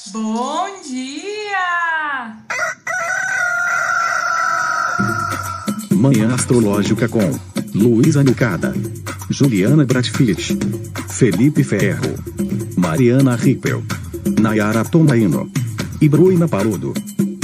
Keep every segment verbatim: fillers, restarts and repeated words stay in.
Bom dia! Manhã Astrológica com Luísa Nucada, Juliana Bratfitt, Felipe Ferro, Mariana Rippel, Nayara Tomaino e Bruna Paludo.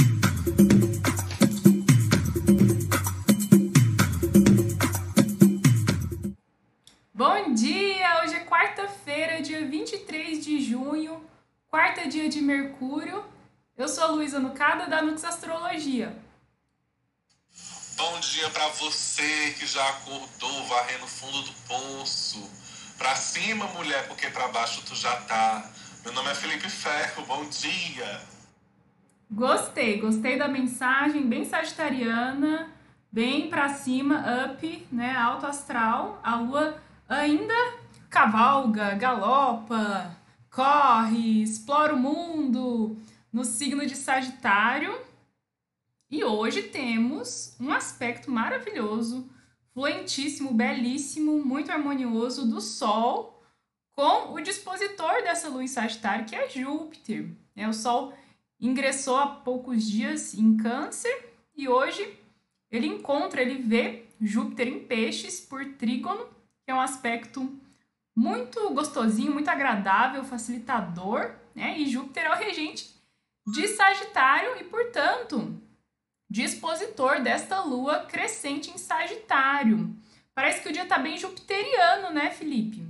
Bom dia! Hoje é quarta-feira, dia vinte e três de junho, quarta dia de Mercúrio. Eu sou a Luísa Nucada, da Nux Astrologia. Bom dia pra você que já acordou varrendo o fundo do poço. Pra cima, mulher, porque pra baixo tu já tá. Meu nome é Felipe Ferro, bom dia. Gostei, gostei da mensagem, bem sagitariana, bem pra cima, up, né, alto astral. A lua ainda cavalga, galopa, corre, explora o mundo no signo de Sagitário. E hoje temos um aspecto maravilhoso, fluentíssimo, belíssimo, muito harmonioso do Sol com o dispositor dessa lua em Sagitário, que é Júpiter. É, o Sol ingressou há poucos dias em Câncer e hoje ele encontra, ele vê Júpiter em Peixes por trígono, que é um aspecto muito gostosinho, muito agradável, facilitador, né? E Júpiter é o regente de Sagitário e, portanto, dispositor desta lua crescente em Sagitário. Parece que o dia tá bem jupiteriano, né, Felipe?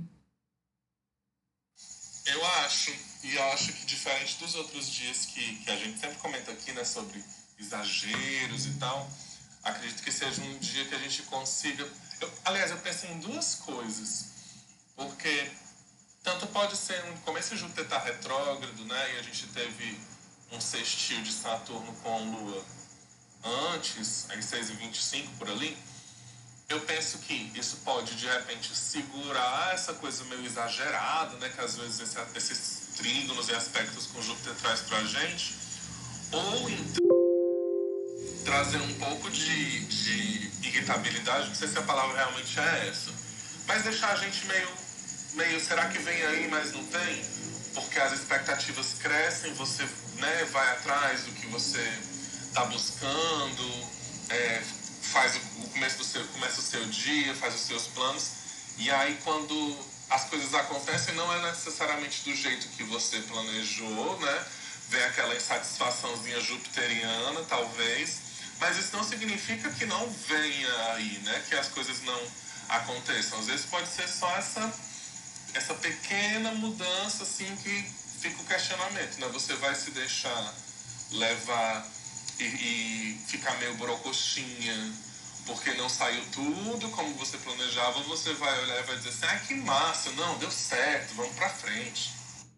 Eu acho, e eu acho que diferente dos outros dias que, que a gente sempre comenta aqui, né, sobre exageros e tal, acredito que seja um dia que a gente consiga... Eu, aliás, eu pensei em duas coisas, porque tanto pode ser um começo de Júpiter tá retrógrado, né, e a gente teve um sextil de Saturno com Lua antes, às seis e vinte e cinco por ali. Eu penso que isso pode, de repente, segurar essa coisa meio exagerada, né, que às vezes esse, esses trígonos e aspectos com Júpiter traz pra gente, ou então trazer um pouco de, de irritabilidade, não sei se a palavra realmente é essa, mas deixar a gente meio, meio, será que vem aí, mas não tem? Porque as expectativas crescem, você, né, vai atrás do que você tá buscando, é, faz o, o começo do seu, começa o seu dia, faz os seus planos, e aí quando as coisas acontecem não é necessariamente do jeito que você planejou, né? Vem aquela insatisfaçãozinha jupiteriana, talvez, mas isso não significa que não venha aí, né? Que as coisas não aconteçam. Às vezes pode ser só essa, essa pequena mudança, assim, que fica o questionamento, né? Você vai se deixar levar E, e ficar meio borocoxinha porque não saiu tudo como você planejava, você vai olhar e vai dizer assim, ah, que massa, não, deu certo, vamos pra frente.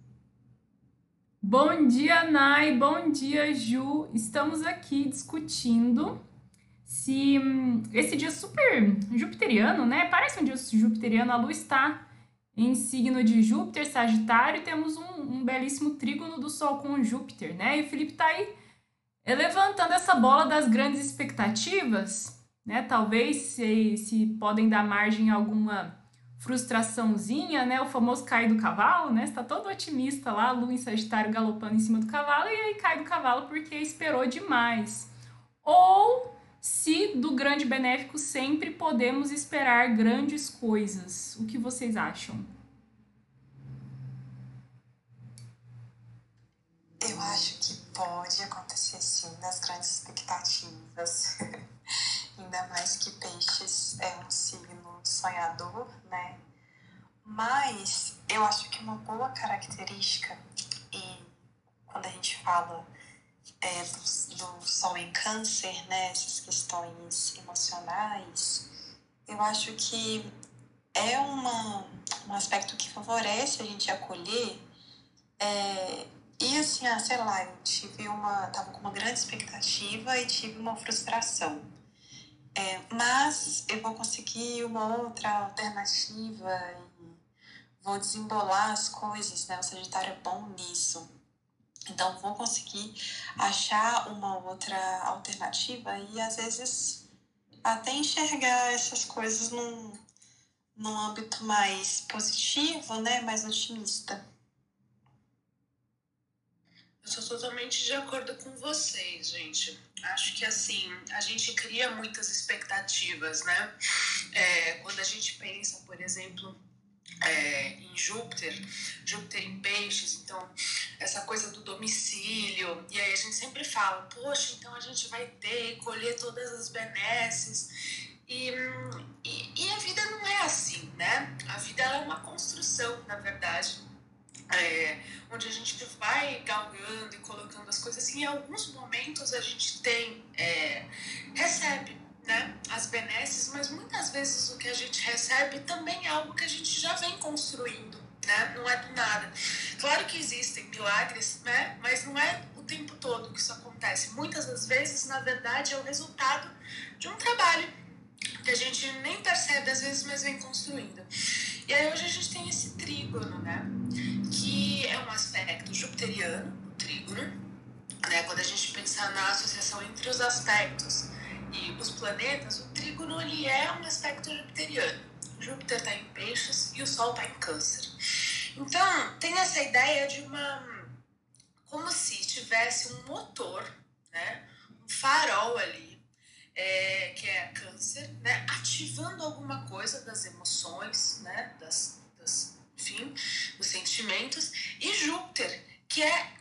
Bom dia, Nai, bom dia, Ju. Estamos aqui discutindo se hum, esse dia super jupiteriano, né? Parece um dia jupiteriano, a lua está em signo de Júpiter, Sagitário, e temos um, um belíssimo trígono do Sol com Júpiter, né? E o Felipe tá aí é levantando essa bola das grandes expectativas, né? Talvez se, se podem dar margem a alguma frustraçãozinha, né? O famoso cair do cavalo, né? Está todo otimista lá, a lua em Sagitário galopando em cima do cavalo, e aí cai do cavalo porque esperou demais. Ou se do grande benéfico sempre podemos esperar grandes coisas. O que vocês acham? Eu acho que pode acontecer sim nas grandes expectativas. Ainda mais que Peixes é um signo sonhador, né? Mas eu acho que uma boa característica, e quando a gente fala é, do, do Sol em Câncer, né? Essas questões emocionais, eu acho que é uma, um aspecto que favorece a gente acolher. É, E assim, ah, sei lá, eu tive uma, tava com uma grande expectativa e tive uma frustração. É, mas eu vou conseguir uma outra alternativa e vou desembolar as coisas, né? O Sagitário é bom nisso. Então, vou conseguir achar uma outra alternativa e, às vezes, até enxergar essas coisas num, num âmbito mais positivo, né? Mais otimista. Eu sou totalmente de acordo com vocês, gente. Acho que, assim, a gente cria muitas expectativas, né? É, quando a gente pensa, por exemplo, é, em Júpiter, Júpiter em peixes, então, essa coisa do domicílio, e aí a gente sempre fala, poxa, então a gente vai ter, colher todas as benesses, e, e, e a vida não é assim, né? A vida é uma construção, na verdade, É, onde a gente vai galgando e colocando as coisas, e em alguns momentos a gente tem, é, recebe, né, as benesses, mas muitas vezes o que a gente recebe também é algo que a gente já vem construindo, né, não é do nada. Claro que existem milagres, né, mas não é o tempo todo que isso acontece. Muitas das vezes, na verdade, é o resultado de um trabalho que a gente nem percebe às vezes, mas vem construindo. E aí hoje a gente tem esse trígono, né, que é um aspecto jupiteriano, o trígono, né? Quando a gente pensa na associação entre os aspectos e os planetas, o trígono ele é um aspecto jupiteriano. Júpiter está em peixes e o Sol está em câncer. Então, tem essa ideia de uma... como se tivesse um motor, né? Um farol ali, é, que é câncer, né? Ativando alguma coisa das emoções, né? Das... das enfim, os sentimentos, e Júpiter, que é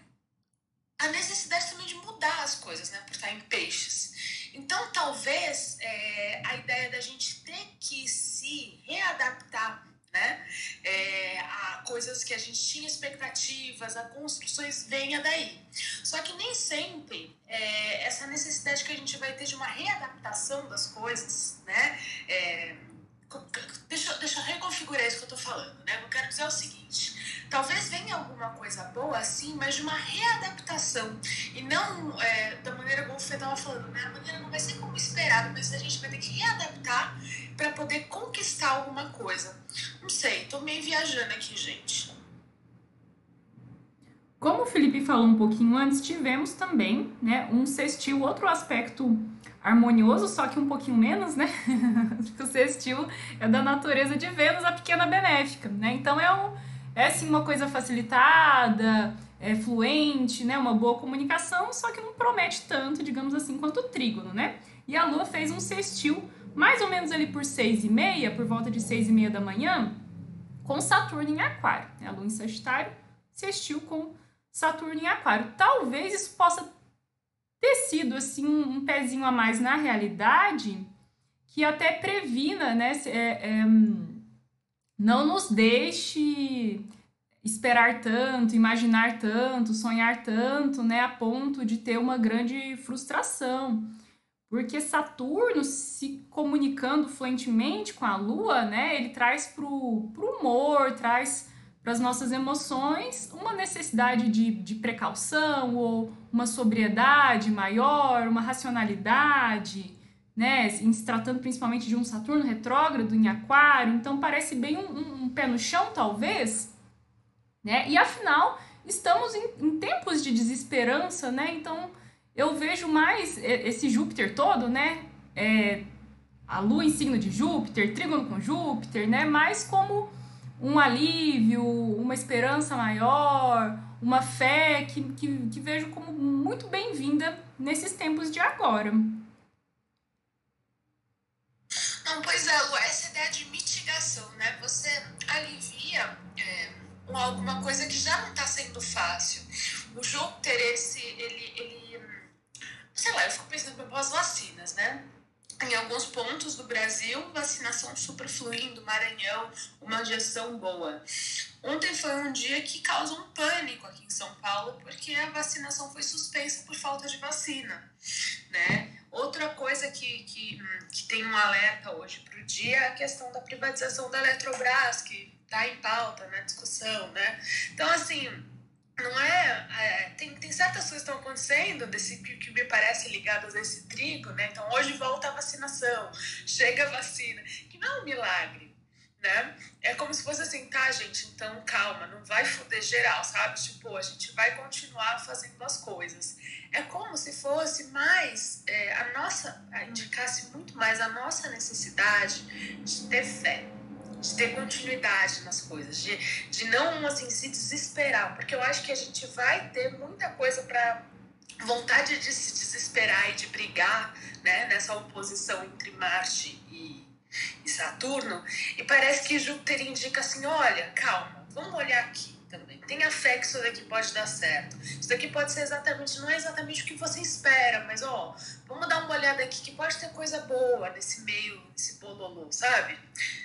a necessidade também de mudar as coisas, né, por estar em peixes. Então, talvez é, a ideia da gente ter que se readaptar, né, é, a coisas que a gente tinha expectativas, a construções, venha daí. Só que nem sempre é, essa necessidade que a gente vai ter de uma readaptação das coisas, né, é, Deixa, deixa eu reconfigurar isso que eu tô falando, né? Eu quero dizer o seguinte, talvez venha alguma coisa boa, sim, mas de uma readaptação, e não é, da maneira como o Fê tava falando, né? A maneira não vai ser como esperado, mas a gente vai ter que readaptar para poder conquistar alguma coisa. Não sei, tô meio viajando aqui, gente. Como o Felipe falou um pouquinho antes, tivemos também, né, um sextil, outro aspecto harmonioso, só que um pouquinho menos, né? Porque o sextil é da natureza de Vênus, a pequena benéfica, né? Então é, um, é assim, uma coisa facilitada, é fluente, né? Uma boa comunicação, só que não promete tanto, digamos assim, quanto o trígono, né? E a Lua fez um sextil, mais ou menos ali por seis e meia, por volta de seis e meia da manhã, com Saturno em Aquário. A Lua em Sagitário, sextil com Saturno em Aquário. Talvez isso possa ter sido assim, um pezinho a mais na realidade, que até previna, né, é, é, não nos deixe esperar tanto, imaginar tanto, sonhar tanto, né, a ponto de ter uma grande frustração. Porque Saturno, se comunicando fluentemente com a Lua, né, ele traz para o humor, traz para as nossas emoções uma necessidade de, de precaução ou uma sobriedade maior, uma racionalidade, né, em se tratando principalmente de um Saturno retrógrado em Aquário, então parece bem um, um, um pé no chão, talvez, né, e afinal estamos em, em tempos de desesperança, né, então eu vejo mais esse Júpiter todo, né, é, a Lua em signo de Júpiter, trígono com Júpiter, né, mais como um alívio, uma esperança maior, uma fé que, que, que vejo como muito bem-vinda nesses tempos de agora. Não, pois é, Lu, essa ideia de mitigação, né? Você alivia é, alguma coisa que já não está sendo fácil. O Júpiter, esse, ele, ele, sei lá, eu fico pensando em as vacinas, né? Em alguns pontos do Brasil, vacinação super fluindo, Maranhão, uma gestão boa. Ontem foi um dia que causou um pânico aqui em São Paulo, porque a vacinação foi suspensa por falta de vacina, né? Outra coisa que, que, que tem um alerta hoje para o dia é a questão da privatização da Eletrobras, que está em pauta, na discussão, né? Então, assim... Não é, é, tem, tem certas coisas que estão acontecendo desse, que, que me parecem ligadas a esse trigo, né? Então hoje volta a vacinação, chega a vacina, que não é um milagre, né? É como se fosse assim, tá, gente, então calma, não vai foder geral, sabe? Tipo, a gente vai continuar fazendo as coisas. É como se fosse mais, é, a nossa, indicasse muito mais a nossa necessidade de ter fé, de ter continuidade nas coisas, de, de não, assim, se desesperar, porque eu acho que a gente vai ter muita coisa para vontade de se desesperar e de brigar, né, nessa oposição entre Marte e, e Saturno, e parece que Júpiter indica assim, olha, calma, vamos olhar aqui também, tenha fé que isso daqui pode dar certo, isso daqui pode ser exatamente, não é exatamente o que você espera, mas ó, vamos dar uma olhada aqui que pode ter coisa boa nesse meio, nesse bololô, sabe?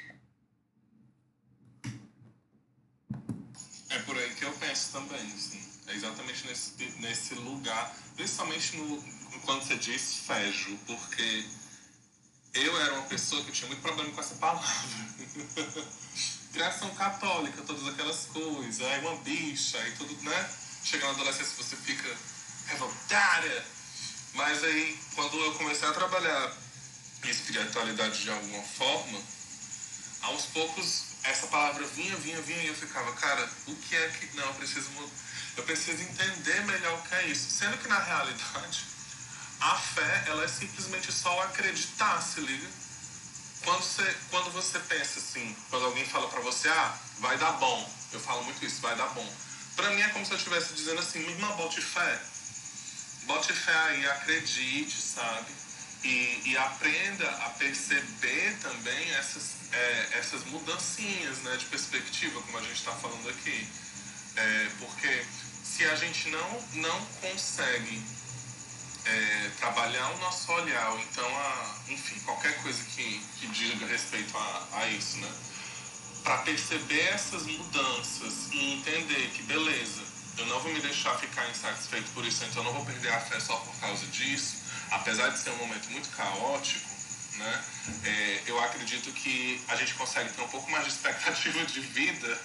É por aí que eu penso também, assim. É exatamente nesse, nesse lugar, principalmente no, quando você diz fé, Ju, porque eu era uma pessoa que tinha muito problema com essa palavra. Criação católica, todas aquelas coisas, aí uma bicha, aí tudo, né? Chega na adolescência você fica revoltada. Mas aí, quando eu comecei a trabalhar em espiritualidade de alguma forma, aos poucos essa palavra vinha, vinha, vinha e eu ficava, cara, o que é que... Não, eu preciso, eu preciso entender melhor o que é isso. Sendo que, na realidade, a fé, ela é simplesmente só acreditar, se liga? Quando você, quando você pensa assim, quando alguém fala pra você, ah, vai dar bom. Eu falo muito isso, vai dar bom. Pra mim é como se eu estivesse dizendo assim, minha irmã, bote fé. Bote fé aí, acredite, sabe? E, e aprenda a perceber também essas, é, essas mudancinhas, né, de perspectiva, como a gente está falando aqui. É, porque se a gente não, não consegue é, trabalhar o nosso olhar, ou então, a, enfim, qualquer coisa que, que diga respeito a, a isso, né, para perceber essas mudanças e entender que, beleza, eu não vou me deixar ficar insatisfeito por isso, então eu não vou perder a fé só por causa disso. Apesar de ser um momento muito caótico, né, é, eu acredito que a gente consegue ter um pouco mais de expectativa de vida.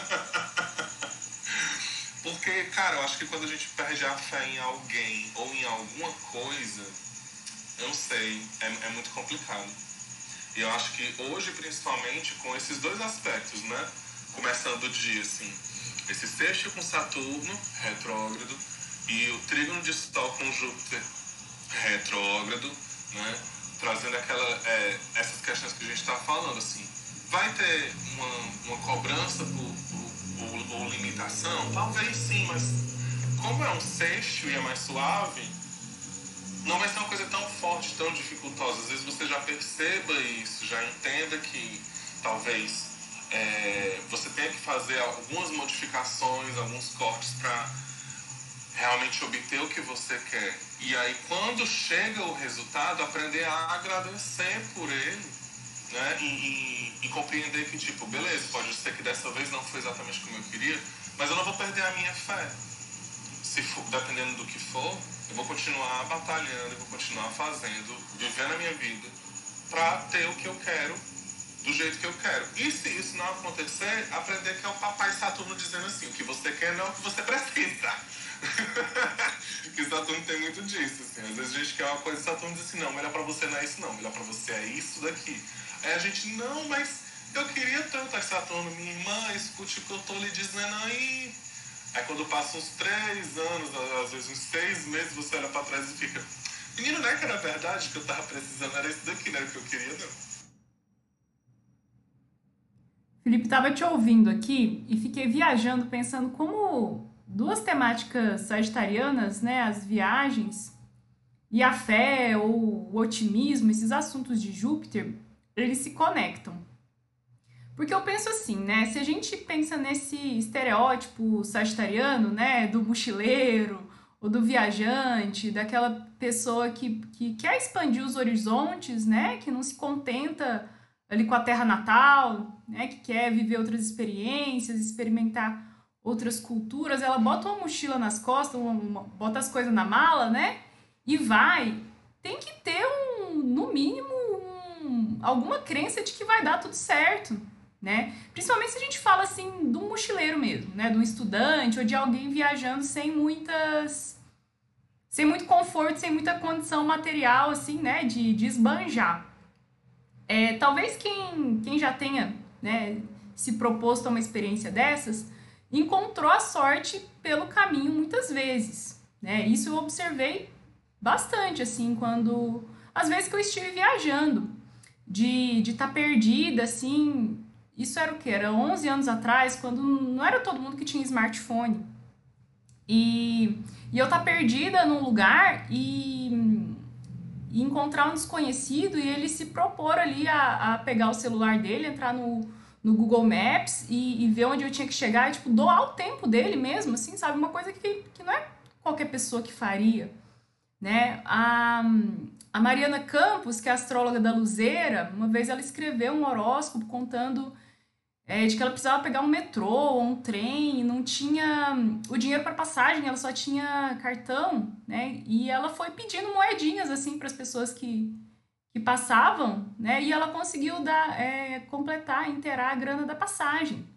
Porque, cara, eu acho que quando a gente perde a fé em alguém ou em alguma coisa, eu não sei, é, é muito complicado. E eu acho que hoje, principalmente, com esses dois aspectos, né, começando o dia, assim, esse sexto com Saturno, retrógrado, e o trígono de Sol com Júpiter, retrógrado, né? Trazendo aquela, é, essas questões que a gente está falando, assim, vai ter uma, uma cobrança por, por, por, por limitação? Talvez sim, mas como é um sexto e é mais suave, não vai ser uma coisa tão forte, tão dificultosa. Às vezes você já perceba isso, já entenda que talvez é, você tenha que fazer algumas modificações, alguns cortes para realmente obter o que você quer. E aí, quando chega o resultado, aprender a agradecer por ele, né? E, e, e compreender que, tipo, beleza, pode ser que dessa vez não foi exatamente como eu queria, mas eu não vou perder a minha fé. Se for, dependendo do que for, eu vou continuar batalhando, eu vou continuar fazendo, vivendo a minha vida para ter o que eu quero, do jeito que eu quero. E se isso não acontecer, aprender que é o papai Saturno dizendo assim, o que você quer não é o que você precisa. Que Saturno tem muito disso, assim. Às vezes a gente quer uma coisa e Saturno diz assim, não, melhor pra você não é isso não, melhor pra você é isso daqui. Aí a gente, não, mas eu queria tanto a Saturno, minha irmã, escute o que eu tô lhe dizendo aí. Aí quando passa uns três anos, às vezes uns seis meses, você olha pra trás e fica, menino, não é que era verdade que eu tava precisando, era isso daqui, não era o que eu queria, não. Felipe, tava te ouvindo aqui e fiquei viajando, pensando como duas temáticas sagitarianas, né, as viagens e a fé ou o otimismo, esses assuntos de Júpiter, eles se conectam. Porque eu penso assim, né, se a gente pensa nesse estereótipo sagitariano, né, do mochileiro ou do viajante, daquela pessoa que, que quer expandir os horizontes, né, que não se contenta ali com a terra natal, né, que quer viver outras experiências, experimentar outras culturas, ela bota uma mochila nas costas, uma, uma, bota as coisas na mala, né? E vai. Tem que ter, um, no mínimo, um, alguma crença de que vai dar tudo certo, né? Principalmente se a gente fala, assim, de um mochileiro mesmo, né? De um estudante ou de alguém viajando sem muitas... sem muito conforto, sem muita condição material, assim, né? De, de esbanjar. É, talvez quem, quem já tenha, né, se proposto a uma experiência dessas encontrou a sorte pelo caminho muitas vezes, né? Isso eu observei bastante, assim, quando... Às vezes que eu estive viajando, de estar tá perdida, assim, isso era o quê? Era onze anos atrás, quando não era todo mundo que tinha smartphone. E, e eu tá perdida num lugar e, e encontrar um desconhecido e ele se propor ali a, a pegar o celular dele, entrar no, no Google Maps e, e ver onde eu tinha que chegar e, tipo, doar o tempo dele mesmo, assim, sabe? Uma coisa que, que não é qualquer pessoa que faria, né? A, a Mariana Campos, que é astróloga da Luzeira, uma vez ela escreveu um horóscopo contando é, de que ela precisava pegar um metrô ou um trem, não tinha o dinheiro para passagem, ela só tinha cartão, né? E ela foi pedindo moedinhas assim para as pessoas que, que passavam, né? E ela conseguiu dar, é, completar, inteirar a grana da passagem.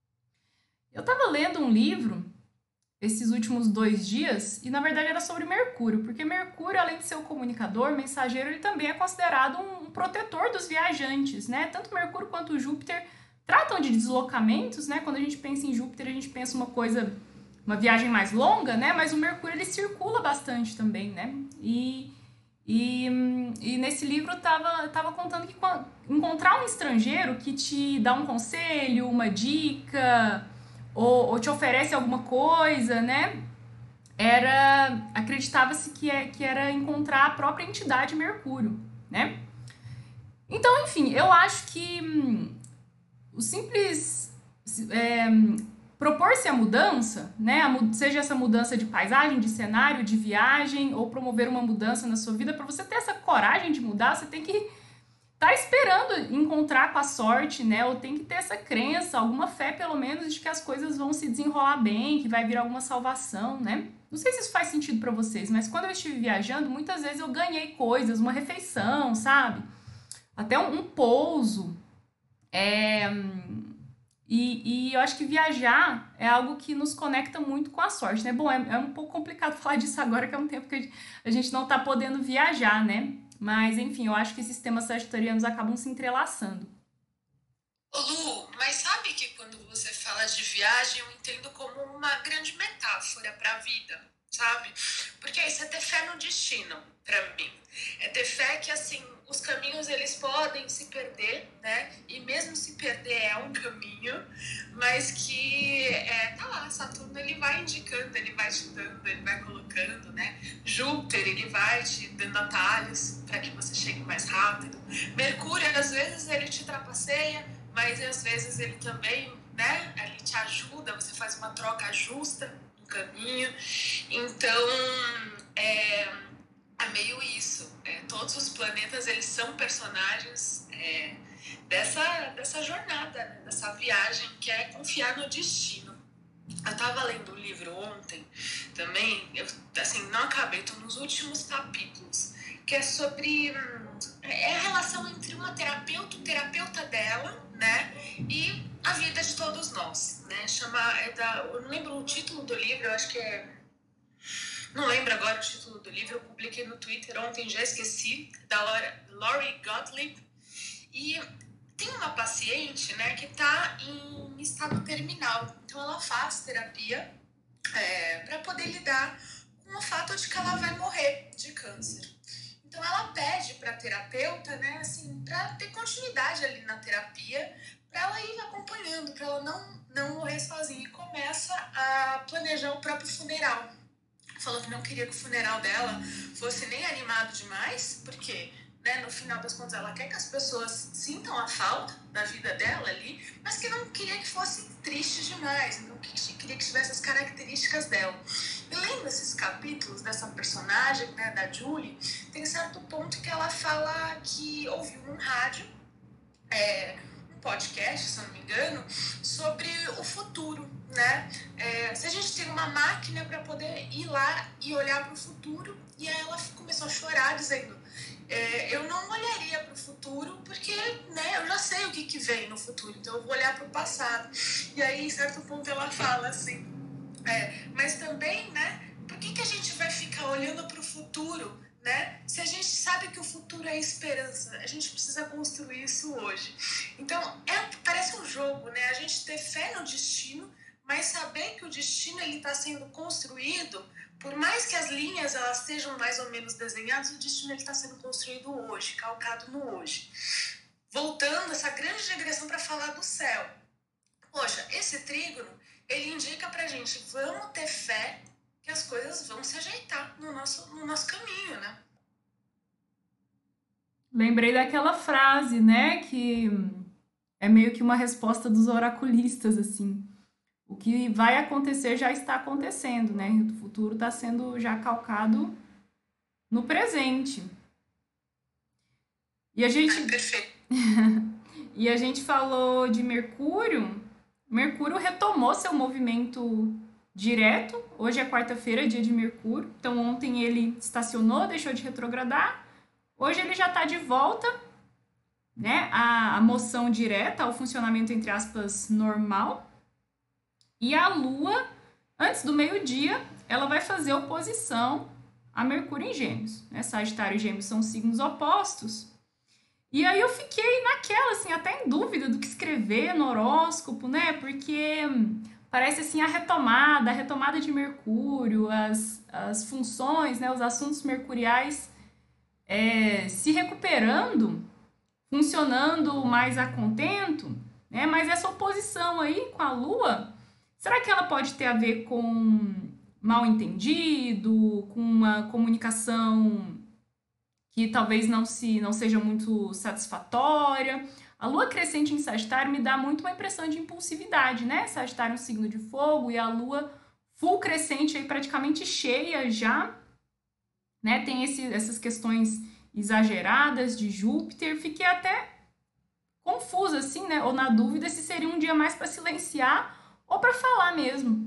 Eu estava lendo um livro esses últimos dois dias e na verdade era sobre Mercúrio, porque Mercúrio, além de ser o comunicador, mensageiro, ele também é considerado um, um protetor dos viajantes, né? Tanto Mercúrio quanto Júpiter tratam de deslocamentos, né? Quando a gente pensa em Júpiter, a gente pensa uma coisa, uma viagem mais longa, né? Mas o Mercúrio, ele circula bastante também, né? E, e, e nesse livro tava, tava contando que encontrar um estrangeiro que te dá um conselho, uma dica, ou, ou te oferece alguma coisa, né? Era, acreditava-se que, é, que era encontrar a própria entidade Mercúrio, né? Então, enfim, eu acho que hum, o simples é, propor-se a mudança, né, a, seja essa mudança de paisagem, de cenário, de viagem, ou promover uma mudança na sua vida, para você ter essa coragem de mudar, você tem que estar tá esperando encontrar com a sorte, né, ou tem que ter essa crença, alguma fé pelo menos, de que as coisas vão se desenrolar bem, que vai vir alguma salvação, né. Não sei se isso faz sentido para vocês, mas quando eu estive viajando, muitas vezes eu ganhei coisas, uma refeição, sabe, até um, um pouso. É, e, e eu acho que viajar é algo que nos conecta muito com a sorte, né? Bom, é, é um pouco complicado falar disso agora, que é um tempo que a gente não tá podendo viajar, né? Mas, enfim, eu acho que esses temas sagitarianos acabam se entrelaçando. Ô Lu, mas sabe que quando você fala de viagem, eu entendo como uma grande metáfora para a vida, sabe? Porque isso é ter fé no destino, para mim. É ter fé que, assim, os caminhos, eles podem se perder, né? E mesmo se perder é um caminho, mas que é, tá lá, Saturno, ele vai indicando, ele vai te dando, ele vai colocando, né? Júpiter, ele vai te dando atalhos para que você chegue mais rápido. Mercúrio, às vezes, ele te trapaceia, mas às vezes ele também, né? Ele te ajuda, você faz uma troca justa no caminho. Então, é... é meio isso, é, todos os planetas, eles são personagens é, dessa, dessa jornada, né? Dessa viagem que é confiar no destino. Eu tava lendo um livro ontem também, eu assim, não acabei, tô nos últimos capítulos, que é sobre hum, é a relação entre uma terapeuta, o terapeuta dela, né, e a vida de todos nós, né, chama, é da, eu não lembro o título do livro, eu acho que é Não lembro agora o título do livro, eu publiquei no Twitter ontem, já esqueci, da Lori Gottlieb. E tem uma paciente, né, que está em estado terminal. Então ela faz terapia é, para poder lidar com o fato de que ela vai morrer de câncer. Então ela pede para a terapeuta, né, assim, para ter continuidade ali na terapia, para ela ir acompanhando, para ela não, não morrer sozinha. E começa a planejar o próprio funeral. Falou que não queria que o funeral dela fosse nem animado demais, porque, né, no final das contas ela quer que as pessoas sintam a falta da vida dela ali, mas que não queria que fosse triste demais, então que queria que tivesse as características dela. E lendo esses capítulos dessa personagem, né, da Julie, tem certo ponto que ela fala que ouviu num rádio, é, um podcast, se eu não me engano, sobre o futuro, né? É, se a gente tem uma máquina para poder ir lá e olhar para o futuro, e aí ela começou a chorar dizendo, é, eu não olharia para o futuro porque, né, eu já sei o que, que vem no futuro, então eu vou olhar para o passado. E aí, em certo ponto, ela fala assim, é, mas também, né, por que, que a gente vai ficar olhando para o futuro, né? Se a gente sabe que o futuro é esperança, a gente precisa construir isso hoje. Então, é, parece um jogo, né? A gente ter fé no destino, mas saber que o destino está sendo construído, por mais que as linhas elas sejam mais ou menos desenhadas, o destino está sendo construído hoje, calcado no hoje. voltando essa grande digressão para falar do céu. Poxa, esse trígono, ele indica pra gente, vamos ter fé que as coisas vão se ajeitar no nosso, no nosso caminho, né? Lembrei daquela frase, né, que é meio que uma resposta dos oraculistas, assim. O que vai acontecer já está acontecendo, né? O futuro está sendo já calcado no presente. E a gente... Ai, perfeito. E a gente falou de Mercúrio. Mercúrio retomou seu movimento direto. Hoje é quarta-feira, dia de Mercúrio. Então ontem ele estacionou, deixou de retrogradar. Hoje ele já está de volta, né? A, a moção direta, ao funcionamento, entre aspas, normal. E a Lua, antes do meio-dia, ela vai fazer oposição a Mercúrio em Gêmeos, né? Sagitário e Gêmeos são signos opostos. E aí eu fiquei naquela, assim, até em dúvida do que escrever no horóscopo, né? Porque parece, assim, a retomada, a retomada de Mercúrio, as, as funções, né? Os assuntos mercuriais é, se recuperando, funcionando mais a contento, né? Mas essa oposição aí com a Lua, será que ela pode ter a ver com mal entendido, com uma comunicação que talvez não, se, não seja muito satisfatória? A Lua crescente em Sagitário me dá muito uma impressão de impulsividade, né? Sagitário é um signo de fogo e a Lua full crescente aí praticamente cheia já, né? Tem esse, essas questões exageradas de Júpiter. Fiquei até confusa, assim, né? Ou na dúvida se seria um dia mais para silenciar ou para falar mesmo.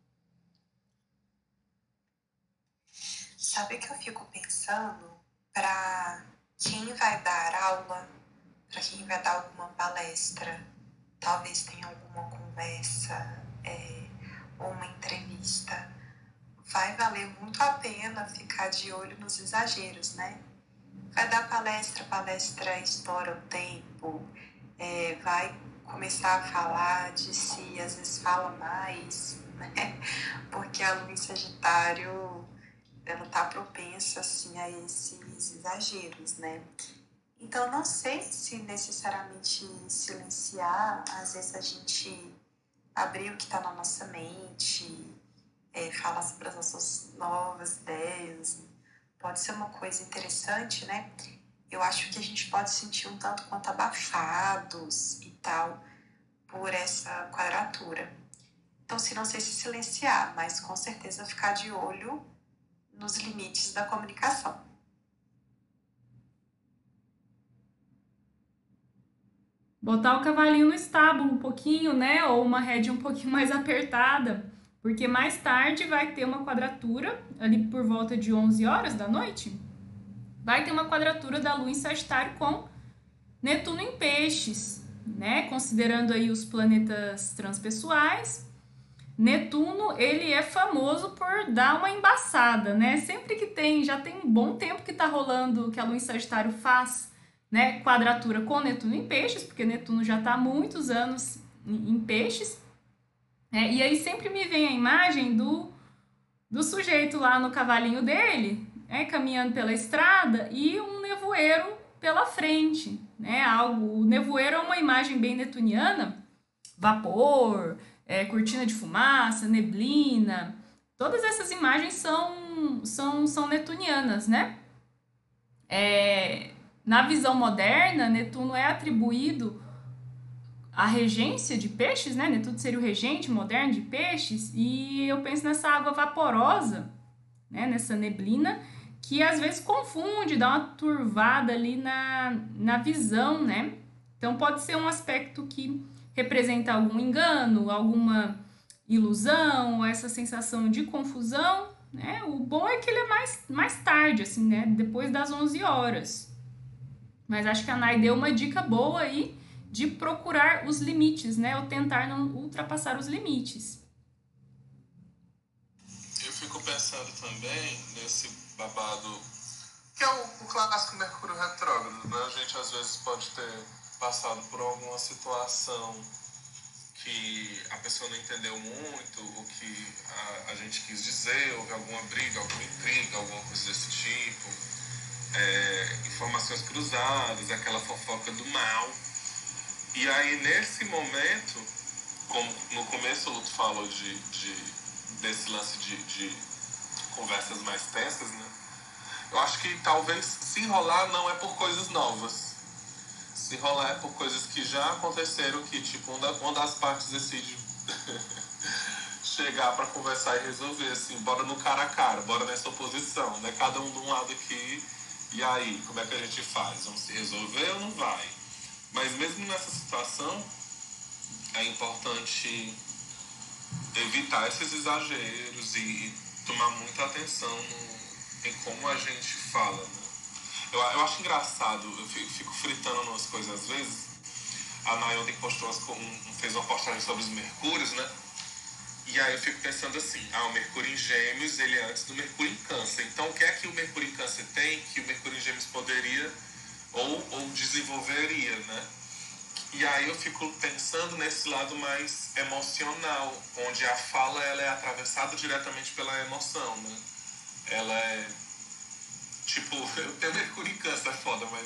Sabe que eu fico pensando para quem vai dar aula, para quem vai dar alguma palestra, talvez tenha alguma conversa é, ou uma entrevista, vai valer muito a pena ficar de olho nos exageros, né? Vai dar palestra, palestra estoura o tempo, é, vai começar a falar de si, às vezes fala mais, né? Porque a Lua em Sagitário, ela tá propensa, assim, a esses exageros, né? Então, não sei se necessariamente silenciar, às vezes a gente abrir o que está na nossa mente, é, falar sobre as nossas novas ideias, pode ser uma coisa interessante, né? Eu acho que a gente pode sentir um tanto quanto abafados e tal por essa quadratura. Então, se não sei se silenciar, mas com certeza ficar de olho nos limites da comunicação. Botar o cavalinho no estábulo um pouquinho, né? Ou uma rédea um pouquinho mais apertada, porque mais tarde vai ter uma quadratura, ali por volta de onze horas da noite, vai ter uma quadratura da Lua em Sagitário com Netuno em Peixes, né? Considerando aí os planetas transpessoais, Netuno, ele é famoso por dar uma embaçada, né? Sempre que tem, já tem um bom tempo que tá rolando, que a Lua em Sagitário faz, né, quadratura com Netuno em Peixes, porque Netuno já tá há muitos anos em, em Peixes, é, e aí sempre me vem a imagem do, do sujeito lá no cavalinho dele, é, caminhando pela estrada, e um nevoeiro pela frente, né? Algo, o nevoeiro é uma imagem bem netuniana, vapor, é, cortina de fumaça, neblina, todas essas imagens são, são, são netunianas, né? É, na visão moderna, Netuno é atribuído à regência de peixes, né? Netuno seria o regente moderno de peixes, e eu penso nessa água vaporosa, né? Nessa neblina, que às vezes confunde, dá uma turvada ali na, na visão, né? Então pode ser um aspecto que representa algum engano, alguma ilusão, essa sensação de confusão, né? O bom é que ele é mais, mais tarde, assim, né? Depois das onze horas. Mas acho que a Nai deu uma dica boa aí de procurar os limites, né? Ou tentar não ultrapassar os limites. Eu fico pensando também nesse babado, que é o, o clássico Mercúrio retrógrado, né? A gente às vezes pode ter passado por alguma situação que a pessoa não entendeu muito o que a, a gente quis dizer, houve alguma briga, alguma intriga, alguma coisa desse tipo. é, informações cruzadas, aquela fofoca do mal. E aí, nesse momento, como no começo o Luto falou de, de, desse lance de, de conversas mais tensas, né? Eu acho que talvez se enrolar não é por coisas novas. Se enrolar é por coisas que já aconteceram, que tipo, uma das partes decide chegar pra conversar e resolver, assim, bora no cara a cara, bora nessa oposição, né? Cada um de um lado aqui, e aí, como é que a gente faz? Vamos se resolver ou não vai? Mas mesmo nessa situação, é importante evitar esses exageros e, e tomar muita atenção no, em como a gente fala, né? Eu, eu acho engraçado, eu fico, fico fritando umas coisas às vezes. A Nay ontem postou umas, um, fez uma postagem sobre os Mercúrios, né? E aí eu fico pensando assim, ah, o Mercúrio em Gêmeos, ele é antes do Mercúrio em Câncer. Então o que é que o Mercúrio em Câncer tem que o Mercúrio em Gêmeos poderia ou, ou desenvolveria, né? E aí eu fico pensando nesse lado mais emocional, onde a fala ela é atravessada diretamente pela emoção, né? Ela é, tipo, eu tenho Mercúrio em Câncer, é foda, mas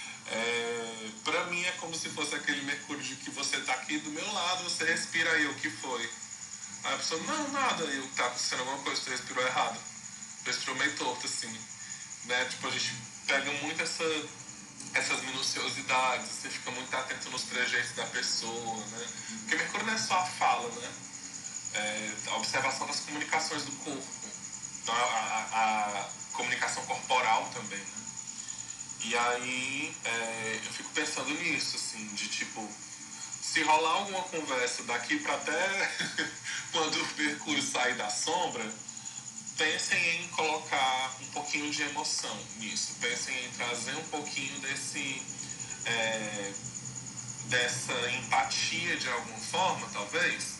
é, pra mim é como se fosse aquele Mercúrio de que você tá aqui do meu lado, você respira aí, o que foi? Aí a pessoa, não, nada, eu tá acontecendo alguma coisa, você respirou errado, respirou meio torto, assim, né? Tipo, a gente pega muito essa... essas minuciosidades, você fica muito atento nos trejeitos da pessoa, né? Porque Mercúrio não é só a fala, né? É a observação das comunicações do corpo, então a, a, a comunicação corporal também, né? E aí é, eu fico pensando nisso, assim, de tipo, se rolar alguma conversa daqui para até quando o Mercúrio sair da sombra, pensem em colocar um pouquinho de emoção nisso. Pensem em trazer um pouquinho desse, é, dessa empatia de alguma forma, talvez,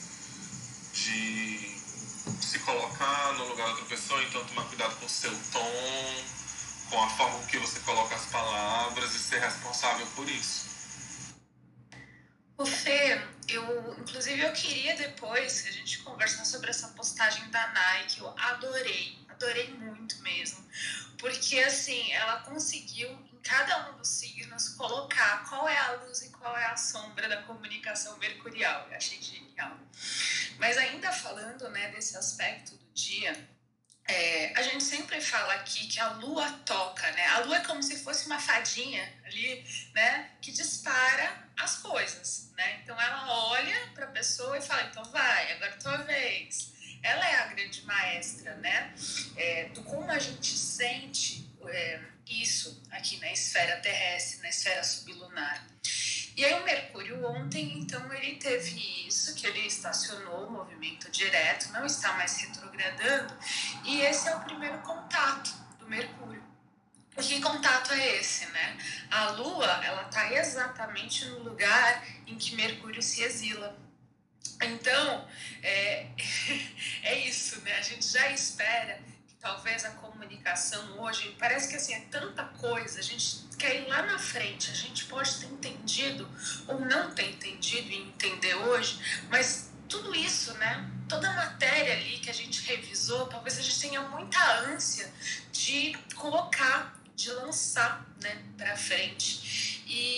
de se colocar no lugar da outra pessoa, então tomar cuidado com o seu tom, com a forma com que você coloca as palavras e ser responsável por isso. O Fê, eu, inclusive eu queria depois a gente conversar sobre essa postagem da Nike, eu adorei, adorei muito mesmo, porque assim, ela conseguiu em cada um dos signos colocar qual é a luz e qual é a sombra da comunicação mercurial, eu achei genial. Mas ainda falando, né, desse aspecto do dia, É, a gente sempre fala aqui que a lua toca, né? A lua é como se fosse uma fadinha ali, né? Que dispara as coisas, né? Então ela olha para a pessoa e fala, então vai, agora é tua vez. Ela é a grande maestra, né? É, do como a gente sente é, isso aqui na esfera terrestre, na esfera sublunar. E aí o Mercúrio ontem, então, ele teve isso, que ele estacionou o movimento direto, não está mais retrogradando, e esse é o primeiro contato do Mercúrio. E que contato é esse, né? A Lua, ela está exatamente no lugar em que Mercúrio se exila. Então, é, é isso, né? A gente já espera que talvez a comunicação hoje, parece que assim, é tanta coisa, a gente quer ir lá na frente, a gente pode ter entendido ou não ter entendido e entender hoje, mas tudo isso, né? Toda a matéria ali que a gente revisou, talvez a gente tenha muita ânsia de colocar, de lançar, né, pra frente.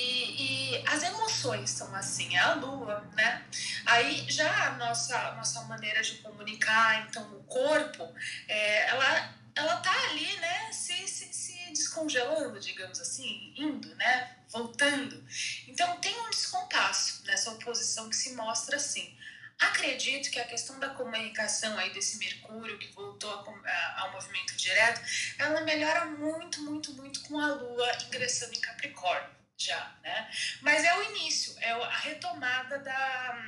E, e as emoções são assim, é a lua, né? Aí já a nossa, a nossa maneira de comunicar, então o corpo, é, ela, ela tá ali, né, se, se, se descongelando, digamos assim, indo, né, voltando. Então tem um descompasso nessa oposição que se mostra assim. Acredito que a questão da comunicação aí desse Mercúrio que voltou ao movimento direto, ela melhora muito, muito, muito com a Lua ingressando em Capricórnio já, né? Mas é o início, é a retomada da,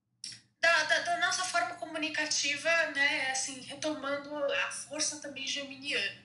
da, da, da nossa forma comunicativa, né? Assim, retomando a força também geminiana.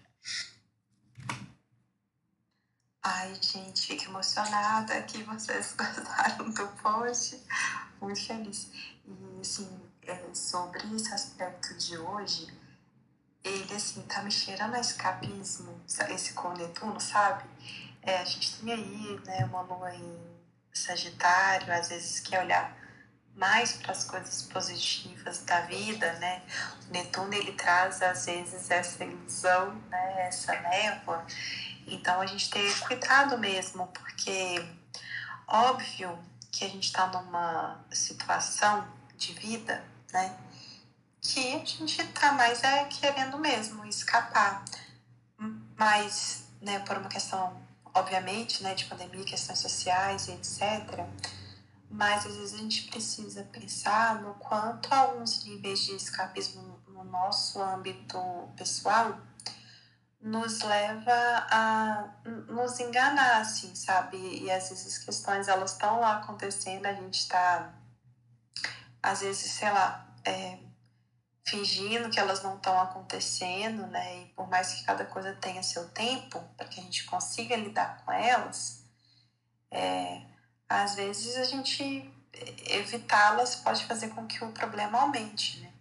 Ai, gente, fico emocionada que vocês gostaram do post. Muito feliz. E, assim, é, sobre esse aspecto de hoje, ele, assim, tá me cheirando a escapismo, esse com Netuno, sabe? É, a gente tem aí, né, uma lua em Sagitário, às vezes quer olhar mais para as coisas positivas da vida, né? O Netuno, ele traz, às vezes, essa ilusão, né? Essa névoa. Então, a gente ter cuidado mesmo, porque óbvio que a gente está numa situação de vida, né? Que a gente está mais é querendo mesmo escapar. Mas, né, por uma questão, obviamente, né, de pandemia, questões sociais e etcétera, mas às vezes a gente precisa pensar no quanto alguns níveis de escapismo no nosso âmbito pessoal nos leva a nos enganar, assim, sabe? E às vezes as questões, elas estão lá acontecendo, a gente está, às vezes, sei lá, é, fingindo que elas não estão acontecendo, né? E por mais que cada coisa tenha seu tempo, para que a gente consiga lidar com elas, é, às vezes a gente evitá-las pode fazer com que o problema aumente, né?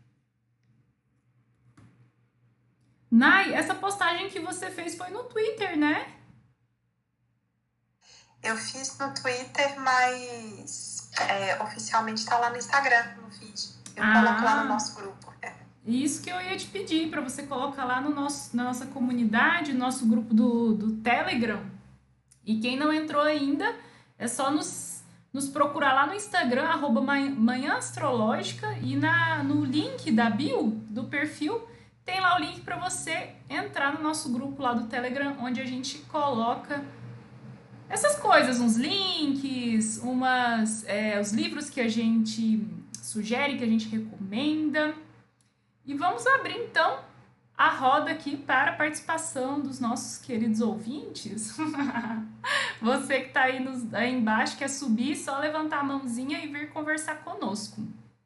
Nai, essa postagem que você fez foi no Twitter, né? Eu fiz no Twitter, mas é, oficialmente está lá no Instagram, no feed. Eu ah, coloco lá no nosso grupo. Isso que eu ia te pedir, para você colocar lá no nosso, na nossa comunidade, no nosso grupo do, do Telegram. E quem não entrou ainda, é só nos, nos procurar lá no Instagram, arroba Manhã Astrológica, e na, no link da bio, do perfil, tem lá o link para você entrar no nosso grupo lá do Telegram, onde a gente coloca essas coisas, uns links, umas, é, os livros que a gente sugere, que a gente recomenda. E vamos abrir, então, a roda aqui para a participação dos nossos queridos ouvintes. Você que está aí, nos, aí embaixo, quer subir, só levantar a mãozinha e vir conversar conosco.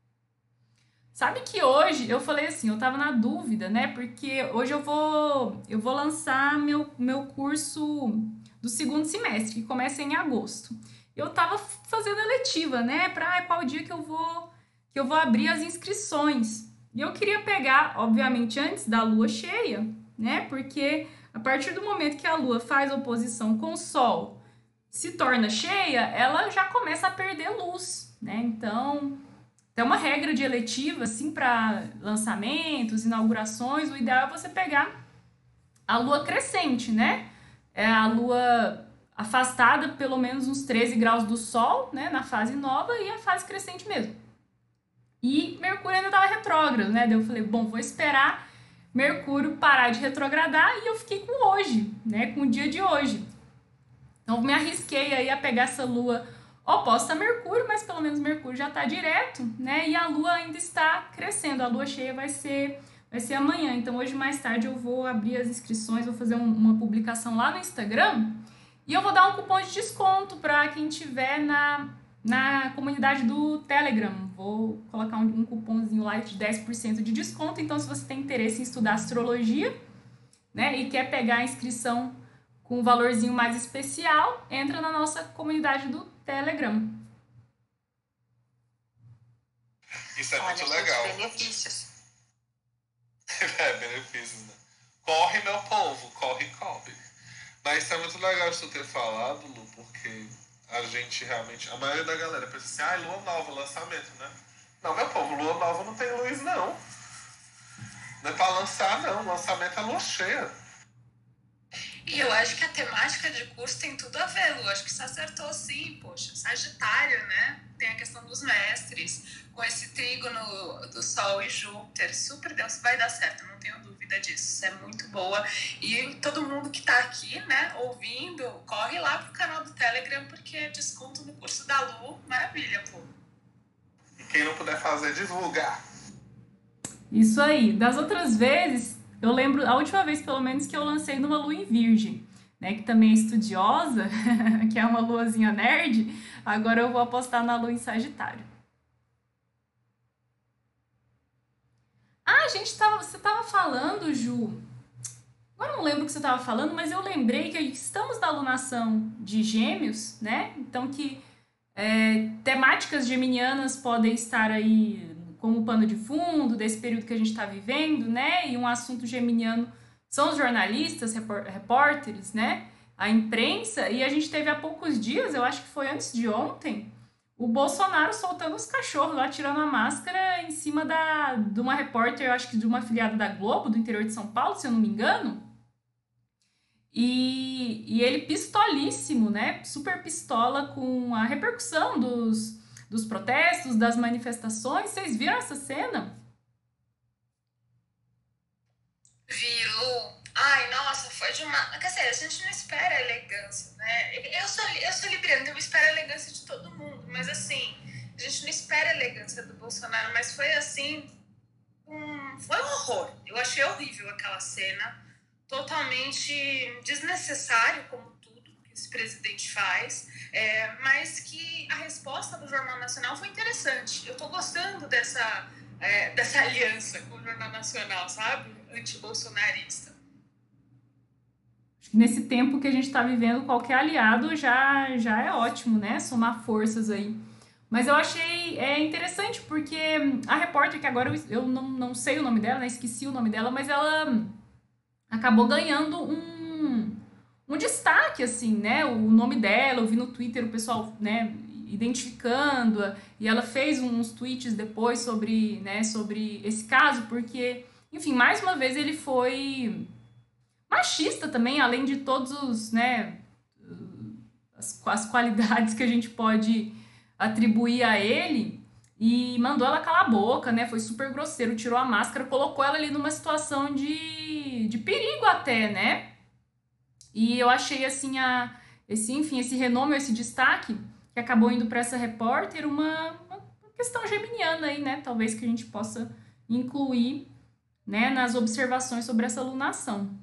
Sabe que hoje, eu falei assim, eu estava na dúvida, né? Porque hoje eu vou, eu vou lançar meu, meu curso do segundo semestre, que começa em agosto. Eu estava fazendo eletiva, né? Para qual dia que eu vou, que eu vou abrir as inscrições. E eu queria pegar, obviamente, antes da lua cheia, né? Porque a partir do momento que a lua faz oposição com o sol, se torna cheia, ela já começa a perder luz, né? Então, tem uma regra de eletiva, assim, para lançamentos, inaugurações, o ideal é você pegar a lua crescente, né? É a lua afastada pelo menos uns treze graus do sol, né? Na fase nova, e a fase crescente mesmo. E Mercúrio ainda estava retrógrado, né? Daí eu falei, bom, vou esperar Mercúrio parar de retrogradar, e eu fiquei com hoje, né? Com o dia de hoje. Então, me arrisquei aí a pegar essa lua oposta a Mercúrio, mas pelo menos Mercúrio já está direto, né? E a lua ainda está crescendo. A lua cheia vai ser, vai ser amanhã. Então, hoje mais tarde eu vou abrir as inscrições, vou fazer um, uma publicação lá no Instagram, e eu vou dar um cupom de desconto para quem tiver na... na comunidade do Telegram. Vou colocar um, um cupomzinho lá de dez por cento de desconto. Então, se você tem interesse em estudar astrologia, né, e quer pegar a inscrição com um valorzinho mais especial, entra na nossa comunidade do Telegram. Isso é Olha, muito legal. Benefícios. É, benefícios, né? Corre, meu povo, corre, corre. Mas isso é muito legal de tu ter falado, Lu, porque a gente realmente, a maioria da galera pensa assim, ah, lua nova, lançamento, né? Não, meu povo, lua nova não tem luz, não. Não é pra lançar, não. Lançamento é lua cheia. E eu acho que a temática de curso tem tudo a ver, Lu. Acho que você acertou sim, poxa. Sagitário, né? Tem a questão dos mestres, com esse trígono do Sol e Júpiter. Super Deus, vai dar certo, não tenho dúvida disso. Isso é muito boa. E todo mundo que tá aqui, né, ouvindo, corre lá pro canal do Telegram, porque é desconto no curso da Lu. Maravilha, pô. E quem não puder fazer, divulga. Isso aí. Das outras vezes, eu lembro, a última vez, pelo menos, que eu lancei numa lua em Virgem, né, que também é estudiosa, que é uma luazinha nerd. Agora eu vou apostar na lua em Sagitário. Ah, a gente tava, você tava falando, Ju. Agora eu não lembro o que você tava falando, mas eu lembrei que estamos na alunação de Gêmeos, né? Então que é, temáticas geminianas podem estar aí como pano de fundo desse período que a gente está vivendo, né? E um assunto geminiano são os jornalistas, repórteres, né? A imprensa. E a gente teve há poucos dias, eu acho que foi antes de ontem, o Bolsonaro soltando os cachorros lá, tirando a máscara em cima da, de uma repórter, eu acho que de uma afiliada da Globo, do interior de São Paulo, se eu não me engano. E, e ele pistolíssimo, né? Super pistola com a repercussão dos, dos protestos, das manifestações. Vocês viram essa cena? Vi, Lu. Ai, nossa, foi de uma... Quer dizer, a gente não espera elegância, né? Eu sou, eu sou libriana, então eu espero a elegância de todo mundo. Mas, assim, a gente não espera a elegância do Bolsonaro. Mas foi, assim, um... foi um horror. Eu achei horrível aquela cena. Totalmente desnecessário, como tudo que esse presidente faz. É, mas que a resposta do Jornal Nacional foi interessante. Eu tô gostando dessa, é, dessa aliança com o Jornal Nacional, sabe? Anti-bolsonarista. Nesse tempo que a gente está vivendo, qualquer aliado já, já é ótimo, né? Somar forças aí. Mas eu achei é, interessante porque a repórter, que agora eu, eu não, não sei o nome dela, né? Esqueci o nome dela, mas ela acabou ganhando um, um destaque, assim, né? O nome dela, eu vi no Twitter o pessoal, né, identificando-a, e ela fez uns tweets depois sobre, né, sobre esse caso, porque, enfim, mais uma vez ele foi machista também, além de todos os, né, as, as qualidades que a gente pode atribuir a ele, e mandou ela calar a boca, né, foi super grosseiro, tirou a máscara, colocou ela ali numa situação de, de perigo até, né, e eu achei, assim, a, esse, enfim, esse renome, esse destaque, que acabou indo para essa repórter, uma, uma questão geminiana aí, né, talvez que a gente possa incluir, né, nas observações sobre essa alunação.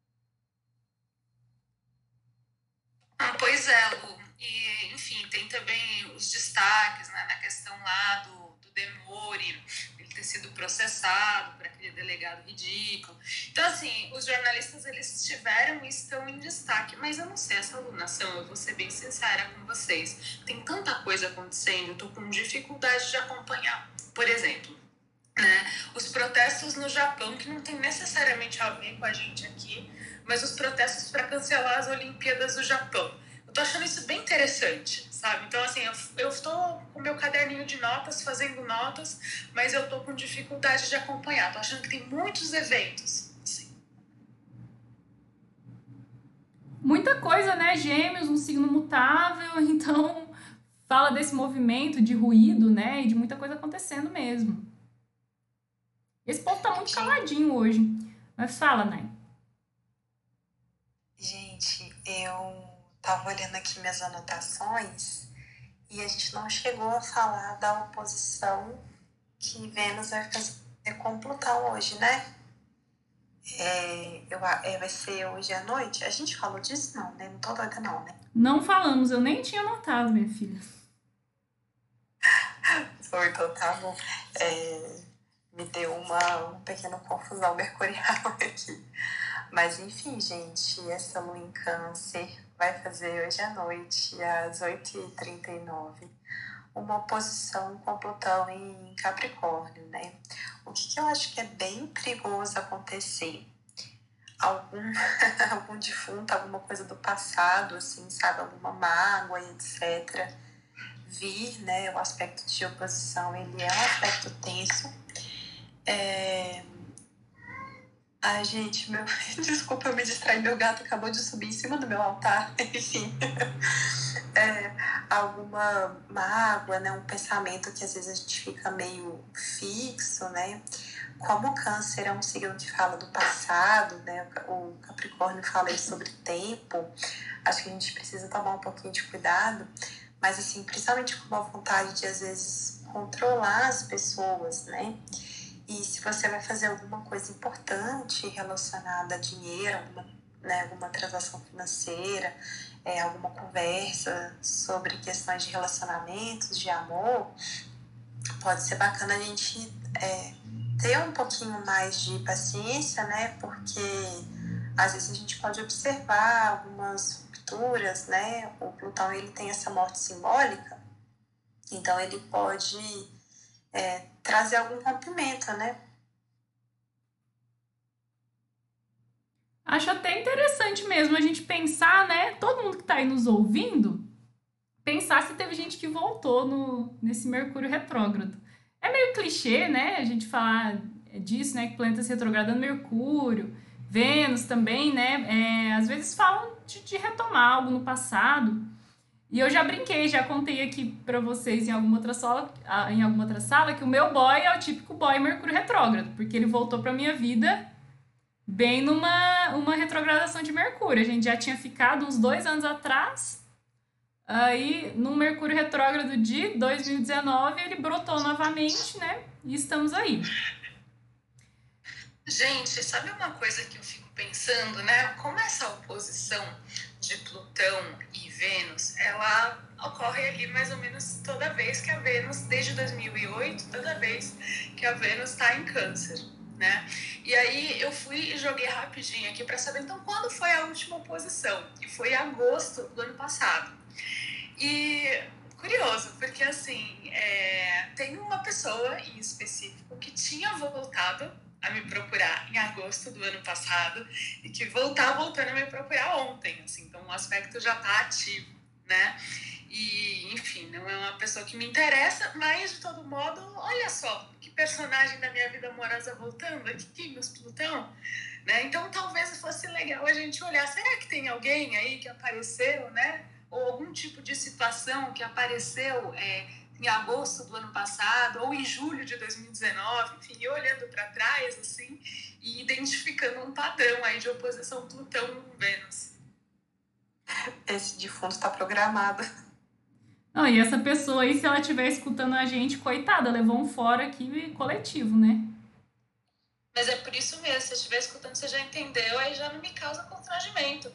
Ah, pois é, Lu. E, enfim, tem também os destaques, né, na questão lá do, do Demore, ele ter sido processado por aquele delegado ridículo. Então, assim, os jornalistas, eles tiveram e estão em destaque. Mas eu não sei, essa alunação, eu vou ser bem sincera com vocês, tem tanta coisa acontecendo, eu tô com dificuldade de acompanhar. Por exemplo, né, os protestos no Japão, que não tem necessariamente a ver com a gente aqui, mas os protestos para cancelar as Olimpíadas do Japão. Eu tô achando isso bem interessante, sabe? Então, assim, eu, eu estou com meu caderninho de notas, fazendo notas, mas eu tô com dificuldade de acompanhar. Tô achando que tem muitos eventos. Assim. Muita coisa, né? Gêmeos, um signo mutável, então fala desse movimento de ruído, né? E de muita coisa acontecendo mesmo. Esse povo tá muito caladinho hoje. Mas fala, Nay. Gente, eu tava olhando aqui minhas anotações e a gente não chegou a falar da oposição que Vênus vai fazer com Plutão hoje, né? É, eu, é, vai ser hoje à noite? A gente falou disso? Não, né? Não tô doida não, né? Não falamos, eu nem tinha notado, minha filha. Foi, então tá bom. É, me deu uma, uma pequena confusão mercurial aqui. Mas enfim, gente, essa lua em Câncer vai fazer hoje à noite, às oito e trinta e nove, uma oposição com Plutão em Capricórnio, né? O que, que eu acho que é bem perigoso acontecer? Algum, algum defunto, alguma coisa do passado, assim, sabe? Alguma mágoa e etcétera. Vir, né? O aspecto de oposição, ele é um aspecto tenso. É... Ai, gente, meu... desculpa, eu me distraí, meu gato acabou de subir em cima do meu altar, enfim. É, alguma mágoa, né? Um pensamento que às vezes a gente fica meio fixo, né? Como o Câncer é um signo que fala do passado, né? O Capricórnio fala aí sobre tempo, acho que a gente precisa tomar um pouquinho de cuidado, mas assim, principalmente com a vontade de às vezes controlar as pessoas, né? E se você vai fazer alguma coisa importante relacionada a dinheiro, alguma, né, alguma transação financeira, é, alguma conversa sobre questões de relacionamentos, de amor, pode ser bacana a gente é, ter um pouquinho mais de paciência, né? Porque às vezes a gente pode observar algumas rupturas, né? O Plutão, ele tem essa morte simbólica, então ele pode... É, trazer algum rompimento, né? Acho até interessante mesmo a gente pensar, né? Todo mundo que tá aí nos ouvindo, pensar se teve gente que voltou no, nesse Mercúrio retrógrado. É meio clichê, né, a gente falar disso, né, que planetas retrogradando Mercúrio, Vênus também, né, é, às vezes falam de, de retomar algo no passado. E eu já brinquei, já contei aqui pra vocês em alguma outra sala, em alguma outra sala que o meu boy é o típico boy Mercúrio retrógrado, porque ele voltou pra minha vida bem numa uma retrogradação de Mercúrio. A gente já tinha ficado uns dois anos atrás, aí no Mercúrio retrógrado de dois mil e dezenove ele brotou novamente, né? E estamos aí. Gente, sabe uma coisa que eu fico pensando, né? Como essa oposição de Plutão e Vênus, ela ocorre ali mais ou menos toda vez que a Vênus, desde dois mil e oito, toda vez que a Vênus está em Câncer, né? E aí eu fui e joguei rapidinho aqui para saber, então, quando foi a última oposição? E foi em agosto do ano passado. E curioso, porque assim, é, tem uma pessoa em específico que tinha voltado a me procurar em agosto do ano passado e que voltar voltando a me procurar ontem, assim, então o aspecto já tá ativo, né? E, enfim, não é uma pessoa que me interessa, mas de todo modo, olha só, que personagem da minha vida amorosa voltando aqui, meus Plutão, né? Então talvez fosse legal a gente olhar, será que tem alguém aí que apareceu, né? Ou algum tipo de situação que apareceu é, em agosto do ano passado, ou em julho de dois mil e dezenove, enfim, eu olhando para trás, assim, e identificando um padrão aí de oposição Plutão-Vênus. Esse defunto está programado. Não, e essa pessoa aí, se ela estiver escutando a gente, coitada, levou um fora aqui coletivo, né? Mas é por isso mesmo, se você estiver escutando, você já entendeu, aí já não me causa constrangimento.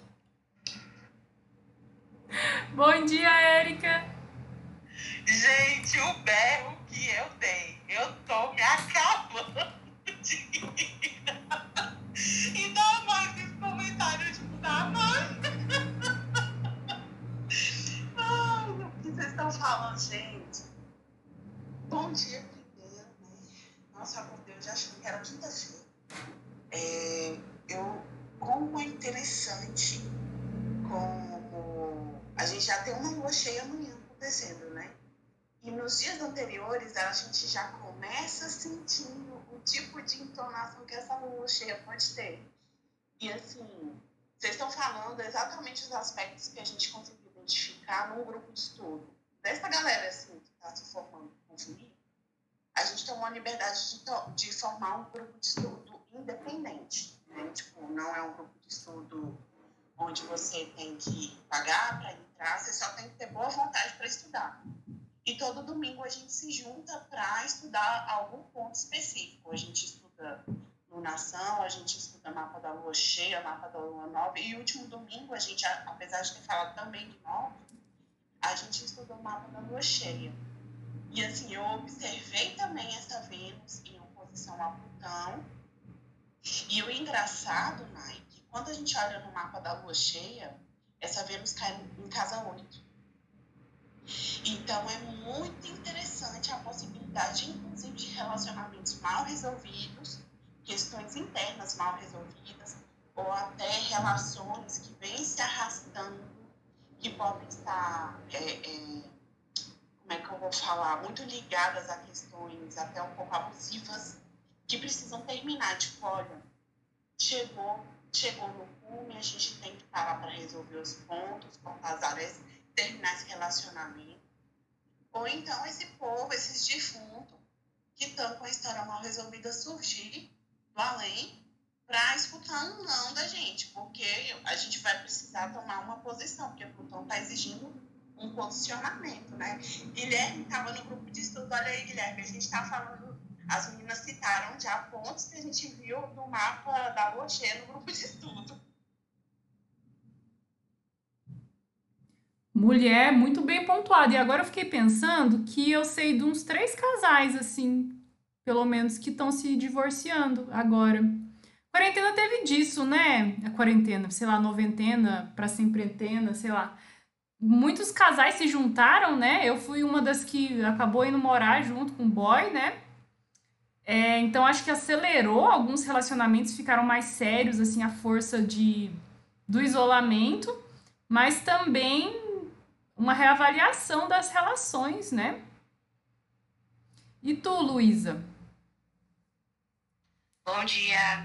Bom dia, Érica! Gente, o berro que eu dei, eu tô me acabando de rir. Ainda mais esse comentário de mudar a mãe. Ai, o que vocês estão falando, gente? Bom dia primeiro, né? Nossa, acordei, eu já achei que era quinta-feira. É, eu, como é interessante, como a gente já tem uma lua cheia amanhã acontecendo, né? E nos dias anteriores, a gente já começa sentindo o tipo de entonação que essa lua cheia pode ter. E assim, vocês estão falando exatamente os aspectos que a gente conseguiu identificar num grupo de estudo. Dessa galera assim, que está se formando com comigo, a gente tomou a liberdade de, to- de formar um grupo de estudo independente. Né? Tipo, não é um grupo de estudo onde você tem que pagar para entrar, você só tem que ter boa vontade para estudar. E todo domingo a gente se junta para estudar algum ponto específico. A gente estuda lunação, a gente estuda mapa da lua cheia, mapa da lua nova. E o último domingo, a gente, apesar de ter falado também de nove, a gente estuda o mapa da lua cheia. E assim, eu observei também essa Vênus em oposição a Plutão. E o engraçado, Nai, que quando a gente olha no mapa da lua cheia, essa Vênus cai em casa oito. Então, é muito interessante a possibilidade, inclusive, de relacionamentos mal resolvidos, questões internas mal resolvidas, ou até relações que vêm se arrastando, que podem estar, é, é, como é que eu vou falar, muito ligadas a questões até um pouco abusivas, que precisam terminar. Tipo, olha, chegou, chegou no cume, a gente tem que parar para resolver os pontos, cortar as arestas, terminar esse relacionamento. Ou então esse povo, esses defuntos, que estão com a história mal resolvida, surgir do além para escutar um não da gente, porque a gente vai precisar tomar uma posição, porque o Plutão está exigindo um posicionamento, né? Guilherme estava no grupo de estudo, olha aí, Guilherme, a gente está falando, as meninas citaram já pontos que a gente viu no mapa da lua cheia no grupo de estudo. Mulher, muito bem pontuada. E agora eu fiquei pensando que eu sei de uns três casais, assim, pelo menos, que estão se divorciando agora. A quarentena teve disso, né? A quarentena, sei lá, noventena pra semprentena, sei lá. Muitos casais se juntaram, né? Eu fui uma das que acabou indo morar junto com o boy, né? É, então acho que acelerou, alguns relacionamentos ficaram mais sérios, assim, à força de, do isolamento, mas também uma reavaliação das relações, né? E tu, Luísa? Bom dia.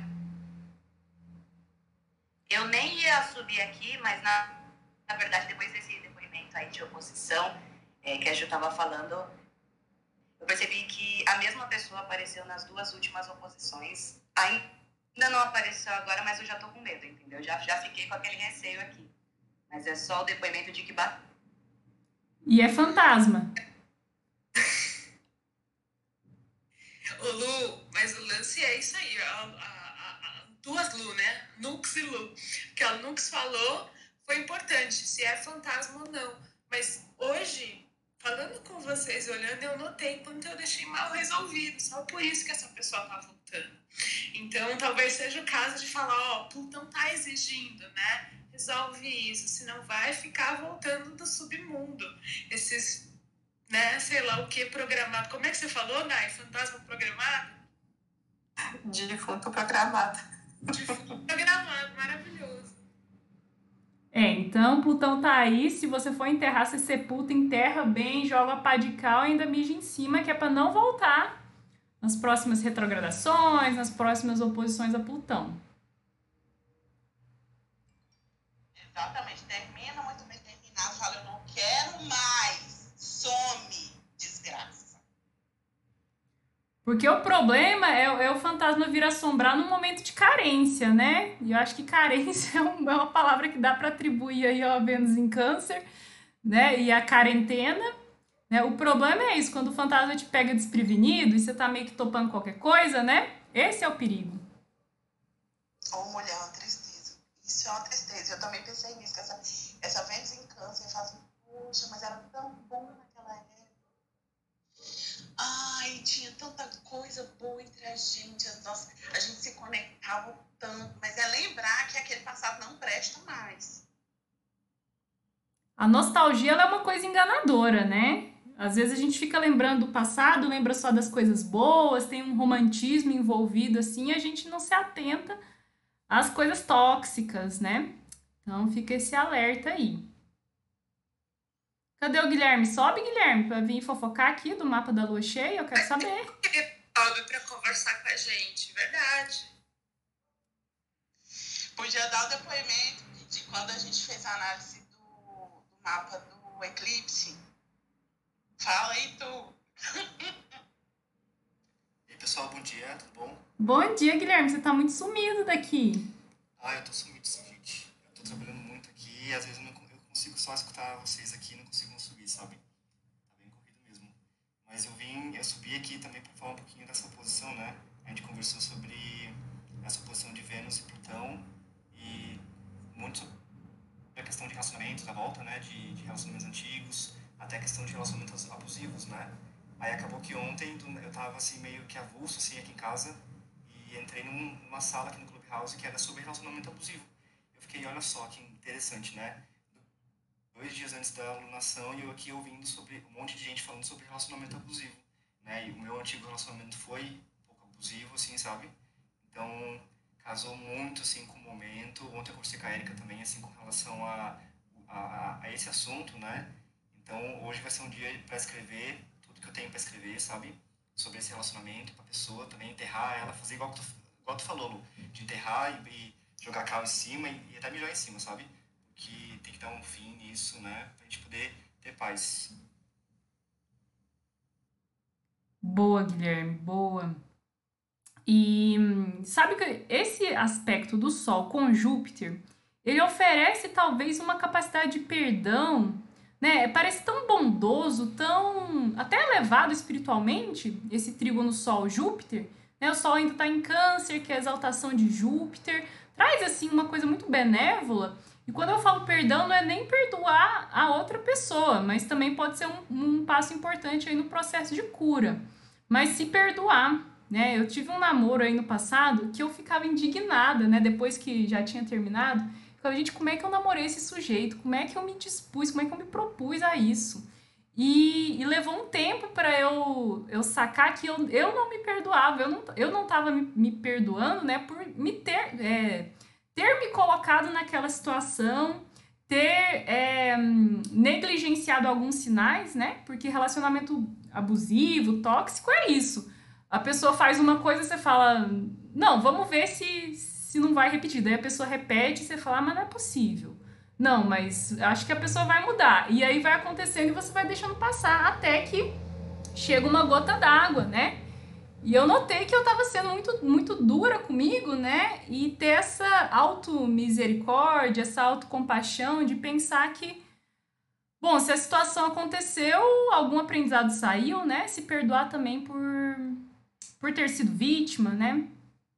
Eu nem ia subir aqui, mas na, na verdade, depois desse depoimento aí de oposição, é, que a Ju estava falando, eu percebi que a mesma pessoa apareceu nas duas últimas oposições. Ainda não apareceu agora, mas eu já tô com medo, entendeu? Já, já fiquei com aquele receio aqui. Mas é só o depoimento de que bateu. E é fantasma. Ô Lu, mas o lance é isso aí, a, a, a, duas Lu, né? Nux e Lu. O que a Nux falou foi importante, se é fantasma ou não. Mas hoje, falando com vocês, olhando, eu notei quanto eu deixei mal resolvido. Só por isso que essa pessoa tá voltando. Então, talvez seja o caso de falar, ó, Plutão tá exigindo, né? Resolve isso, senão vai ficar voltando do submundo. Esses, né, sei lá o que, programado. Como é que você falou, Nai? Fantasma programado? Defunto programado. Defunto programado, maravilhoso. É, então Plutão tá aí, se você for enterrar, você sepulta, enterra bem, joga pá de cal e ainda mija em cima, que é pra não voltar nas próximas retrogradações, nas próximas oposições a Plutão. Exatamente, termina muito bem terminado, fala, eu não quero mais, some, desgraça. Porque o problema é, é o fantasma vir assombrar num momento de carência, né? E eu acho que carência é, um, é uma palavra que dá para atribuir aí ao Vênus em Câncer, né? E a quarentena, né? O problema é isso, quando o fantasma te pega desprevenido e você tá meio que topando qualquer coisa, né? Esse é o perigo. Ô, mulher, é uma tristeza. Isso é uma tristeza. Eu também pensei nisso, que essa, essa Vênus em Câncer, eu falo assim, poxa, mas era tão bom naquela época. Ai, tinha tanta coisa boa entre a gente, a, nossa, a gente se conectava tanto, mas é lembrar que aquele passado não presta mais. A nostalgia ela é uma coisa enganadora, né? Às vezes a gente fica lembrando do passado, lembra só das coisas boas, tem um romantismo envolvido assim, e a gente não se atenta às coisas tóxicas, né? Então fica esse alerta aí. Cadê o Guilherme? Sobe, Guilherme, para vir fofocar aqui do mapa da lua cheia, eu quero saber. Sobe para conversar com a gente, verdade. Podia dar o depoimento de quando a gente fez a análise do, do mapa do eclipse. Fala aí, tu. E aí, pessoal, bom dia, tudo bom? Bom dia, Guilherme, você tá muito sumido daqui. Ah, eu tô sumido sim, gente. Eu tô trabalhando muito aqui e às vezes eu, não, eu consigo só escutar vocês aqui e não consigo subir, sabe? Tá bem corrido mesmo. Mas eu vim, eu subi aqui também pra falar um pouquinho dessa oposição, né? A gente conversou sobre essa oposição de Vênus e Plutão e muito sobre a questão de relacionamentos, da volta, né? De, de relacionamentos antigos, até a questão de relacionamentos abusivos, né? Aí acabou que ontem eu tava assim meio que avulso assim aqui em casa e entrei num, numa sala aqui no Clubhouse que era sobre relacionamento abusivo. Eu fiquei, olha só que interessante, né? Dois dias antes da alunação e eu aqui ouvindo sobre um monte de gente falando sobre relacionamento abusivo, né? E o meu antigo relacionamento foi um pouco abusivo, assim, sabe? Então, casou muito, assim, com o momento. Ontem eu conversei com a Erika também, assim, com relação a, a, a esse assunto, né? Então, hoje vai ser um dia para escrever tudo que eu tenho para escrever, sabe? Sobre esse relacionamento, para a pessoa também enterrar ela, fazer igual tu, igual tu falou, Lu, de enterrar e, e jogar cal em cima e, e até mijar em cima, sabe? Porque tem que dar um fim nisso, né? Pra gente poder ter paz. Boa, Guilherme, boa. E sabe que esse aspecto do Sol com Júpiter, ele oferece talvez uma capacidade de perdão, né? Parece tão bondoso, tão até elevado espiritualmente, esse trígono Sol-Júpiter, né? O Sol ainda está em Câncer, que é a exaltação de Júpiter, traz assim uma coisa muito benévola. E quando eu falo perdão, não é nem perdoar a outra pessoa, mas também pode ser um, um passo importante aí no processo de cura. Mas se perdoar, né? Eu tive um namoro aí no passado que eu ficava indignada, né? Depois que já tinha terminado, eu falava, gente, como é que eu namorei esse sujeito? Como é que eu me dispus? Como é que eu me propus a isso? E, e levou um tempo para eu, eu sacar que eu, eu não me perdoava, eu não, eu não tava me, me perdoando, né? Por me ter... É, ter me colocado naquela situação, ter é, negligenciado alguns sinais, né? Porque relacionamento abusivo, tóxico é isso. A pessoa faz uma coisa, você fala, não, vamos ver se, se não vai repetir. Daí a pessoa repete e você fala, ah, mas não é possível. Não, mas acho que a pessoa vai mudar. E aí vai acontecendo e você vai deixando passar até que chega uma gota d'água, né? E eu notei que eu tava sendo muito, muito dura comigo, né? E ter essa auto-misericórdia, essa autocompaixão de pensar que, bom, se a situação aconteceu, algum aprendizado saiu, né? Se perdoar também por, por ter sido vítima, né?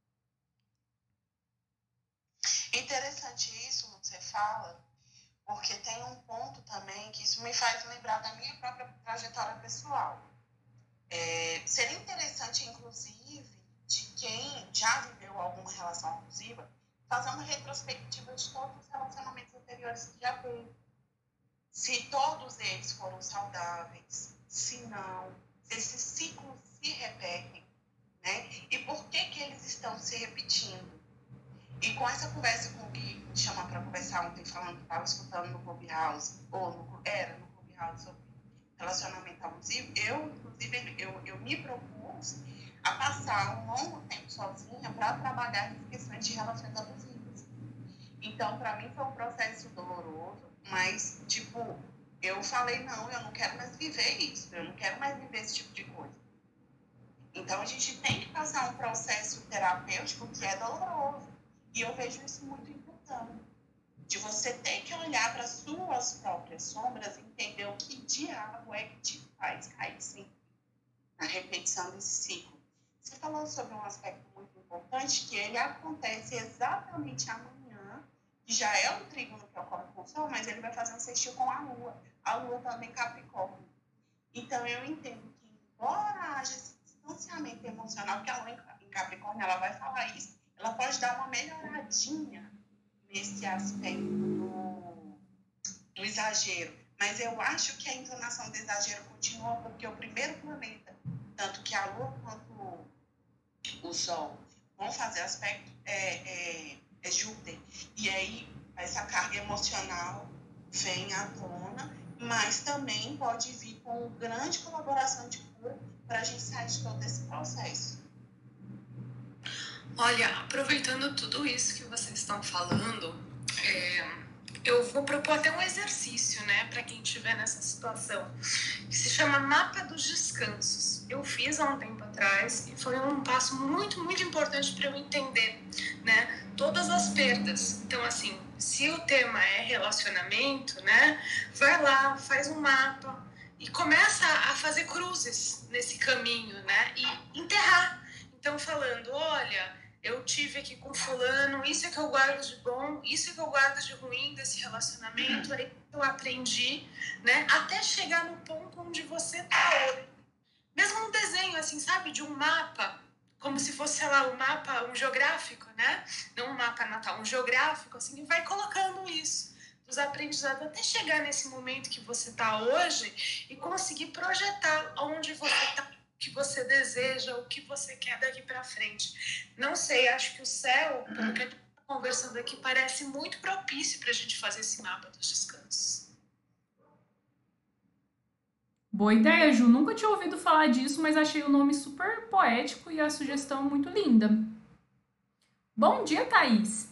Interessante isso que você fala, porque tem um ponto também que isso me faz lembrar da minha própria trajetória pessoal. É, seria interessante, inclusive, de quem já viveu alguma relação abusiva, fazer uma retrospectiva de todos os relacionamentos anteriores que já teve. Se todos eles foram saudáveis, se não, se esses ciclos se repetem, né? E por que que eles estão se repetindo? E com essa conversa com o Gui, me chamou para conversar ontem, falando que estava escutando no Clubhouse, ou no, era no Clubhouse sobre relacionamento abusivo, eu, inclusive, eu, eu me propus a passar um longo tempo sozinha para trabalhar as questões de relações abusivas. Então, para mim foi um processo doloroso, mas, tipo, eu falei, não, eu não quero mais viver isso, eu não quero mais viver esse tipo de coisa. Então, a gente tem que passar um processo terapêutico que é doloroso. E eu vejo isso muito importante. De você ter que olhar para suas próprias sombras e entender o que diabo é que te faz cair sempre na repetição desse ciclo. Você falou sobre um aspecto muito importante, que ele acontece exatamente amanhã, que já é um trígono que ocorre com o Sol, mas ele vai fazer um sextil com a Lua. A Lua também Capricórnio. Então, eu entendo que, embora haja esse distanciamento emocional, que a Lua em Capricórnio, ela vai falar isso, ela pode dar uma melhoradinha nesse aspecto do, do exagero. Mas eu acho que a entonação do exagero continua, porque o primeiro planeta, tanto que a Lua quanto o Sol vão fazer aspecto, é, é, é Júpiter. E aí, essa carga emocional vem à tona, mas também pode vir com grande colaboração de cura para a gente sair de todo esse processo. Olha, aproveitando tudo isso que vocês estão falando, é, eu vou propor até um exercício, né, para quem estiver nessa situação, que se chama Mapa dos Descansos. Eu fiz há um tempo atrás e foi um passo muito, muito importante para eu entender, né, todas as perdas. Então, assim, se o tema é relacionamento, né, vai lá, faz um mapa e começa a fazer cruzes nesse caminho, né, e enterrar. Então, falando, olha, eu tive aqui com fulano, isso é que eu guardo de bom, isso é que eu guardo de ruim desse relacionamento, aí eu aprendi, né, até chegar no ponto onde você tá hoje. Mesmo um desenho, assim, sabe, de um mapa, como se fosse, sei lá, um mapa, um geográfico, né, não um mapa natal, um geográfico, assim, e vai colocando isso, dos aprendizados, até chegar nesse momento que você tá hoje e conseguir projetar onde você tá, o que você deseja, o que você quer daqui para frente. Não sei, acho que o céu, pelo que a gente está conversando aqui, parece muito propício para a gente fazer esse mapa dos descansos. Boa ideia, Ju. Nunca tinha ouvido falar disso, mas achei o nome super poético e a sugestão muito linda. Bom dia, Thaís.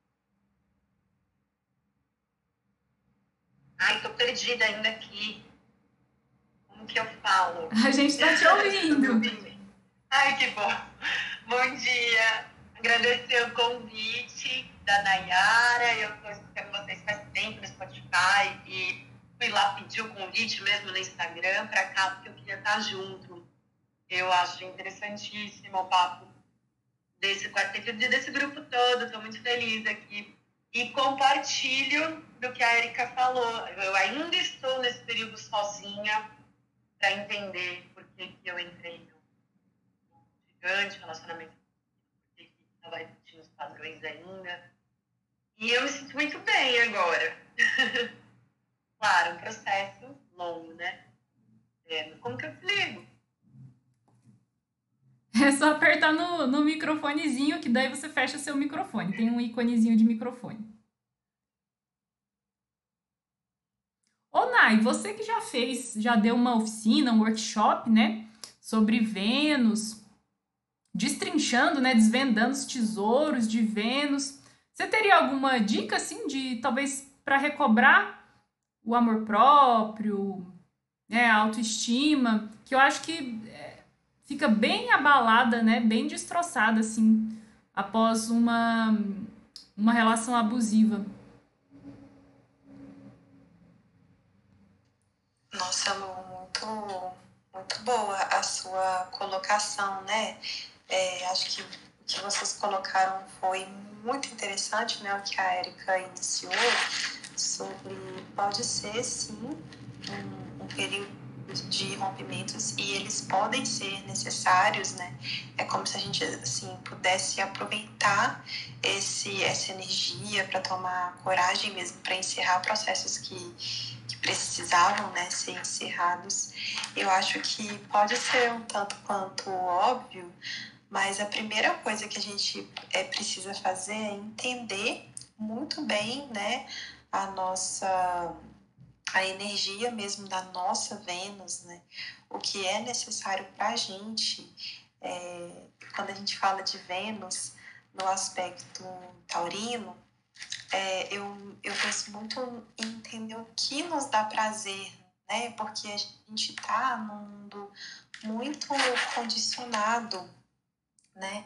Ai, tô perdida ainda aqui. Como que eu falo? A gente tá te ouvindo. Ai, que bom. Bom dia. Agradecer o convite da Nayara. Eu tô escutando vocês faz tempo no Spotify e fui lá pedir o convite mesmo no Instagram para cá, porque eu queria estar junto. Eu acho interessantíssimo o papo desse quarteto, desse grupo todo. Estou muito feliz aqui. E compartilho do que a Erika falou. Eu ainda estou nesse período sozinha para entender por que, que eu entrei no gigante relacionamento, por que estava repetindo os padrões ainda. E eu me sinto muito bem agora. Claro, um processo longo, né? É, como que eu desligo? É só apertar no, no microfonezinho, que daí você fecha seu microfone. Tem um íconezinho de microfone. Ah, e você que já fez, já deu uma oficina, um workshop, né, sobre Vênus, destrinchando, né, desvendando os tesouros de Vênus. Você teria alguma dica, assim, de talvez para recobrar o amor próprio, né, a autoestima, que eu acho que é, fica bem abalada, né, bem destroçada, assim, após uma, uma relação abusiva. Nossa, Lu, muito, muito boa a sua colocação, né? É, acho que o que vocês colocaram foi muito interessante, né? O que a Érica iniciou sobre pode ser, sim, um, um período de rompimentos e eles podem ser necessários, né? É como se a gente, assim, pudesse aproveitar esse, essa energia para tomar coragem mesmo, para encerrar processos que, que precisavam, né, ser encerrados. Eu acho que pode ser um tanto quanto óbvio, mas a primeira coisa que a gente é, precisa fazer é entender muito bem, né, a nossa... a energia mesmo da nossa Vênus, né? O que é necessário para a gente, é, quando a gente fala de Vênus, no aspecto taurino, é, eu, eu penso muito em entender o que nos dá prazer, né? Porque a gente está num mundo muito condicionado, né?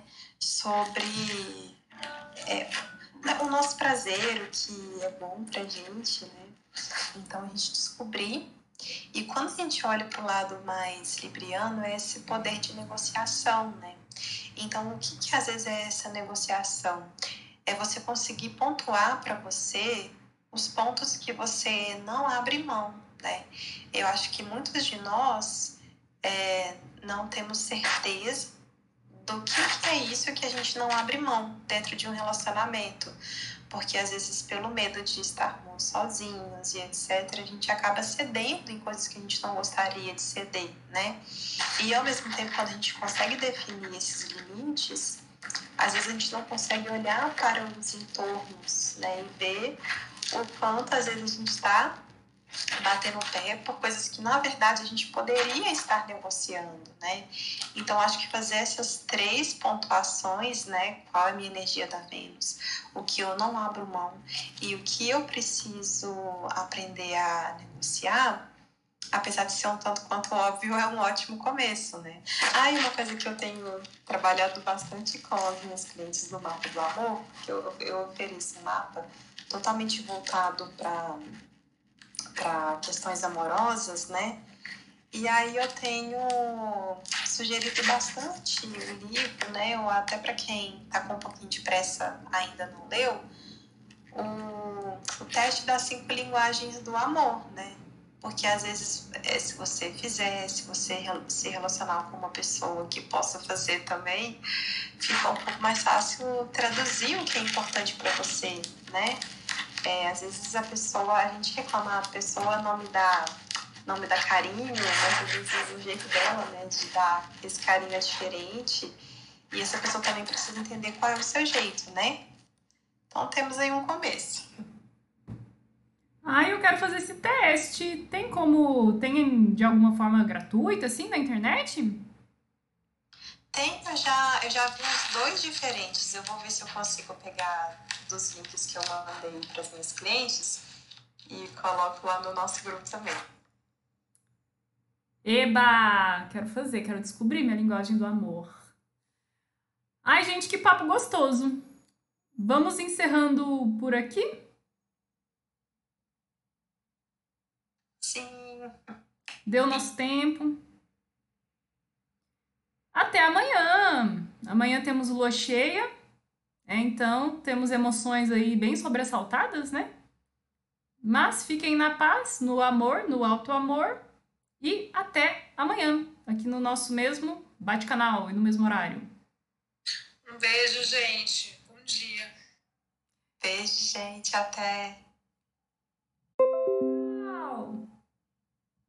Sobre é, o nosso prazer, o que é bom para a gente, né? Então, a gente descobrir. E quando a gente olha para o lado mais libriano, é esse poder de negociação, né? Então, o que, que às vezes é essa negociação? É você conseguir pontuar para você os pontos que você não abre mão, né? Eu acho que muitos de nós é, não temos certeza do que, que é isso que a gente não abre mão dentro de um relacionamento. Porque às vezes pelo medo de estarmos sozinhos e etcétera, a gente acaba cedendo em coisas que a gente não gostaria de ceder, né? E ao mesmo tempo, quando a gente consegue definir esses limites, às vezes a gente não consegue olhar para os entornos, né? E ver o quanto às vezes a gente está batendo o pé por coisas que na verdade a gente poderia estar negociando, né? Então acho que fazer essas três pontuações, né? Qual é a minha energia da Vênus, o que eu não abro mão e o que eu preciso aprender a negociar, apesar de ser um tanto quanto óbvio, é um ótimo começo, né? Ah, e uma coisa que eu tenho trabalhado bastante com os meus clientes do Mapa do Amor, que eu, eu ofereço um mapa totalmente voltado para para questões amorosas, né? E aí eu tenho sugerido bastante o livro, né? Ou até para quem está com um pouquinho de pressa ainda não leu, o, o teste das cinco linguagens do amor, né? Porque às vezes, se você fizer, se você se relacionar com uma pessoa que possa fazer também, fica um pouco mais fácil traduzir o que é importante para você, né? É, às vezes a pessoa, a gente reclama, a pessoa não me dá, não me dá carinho, mas às vezes o jeito dela, né, de dar esse carinho é diferente. E essa pessoa também precisa entender qual é o seu jeito, né? Então temos aí um começo. Ah, eu quero fazer esse teste. Tem como, tem de alguma forma gratuita, assim, na internet? Tem, eu já, eu já vi uns dois diferentes. Eu vou ver se eu consigo pegar dos links que eu mandei para os meus clientes e coloco lá no nosso grupo também. Eba! Quero fazer, quero descobrir minha linguagem do amor. Ai, gente, que papo gostoso. Vamos encerrando por aqui? Sim. Deu nosso tempo. Até amanhã! Amanhã temos lua cheia, é, então temos emoções aí bem sobressaltadas, né? Mas fiquem na paz, no amor, no alto amor e até amanhã, aqui no nosso mesmo bate-canal e no mesmo horário. Um beijo, gente. Bom dia. Beijo, gente. Até.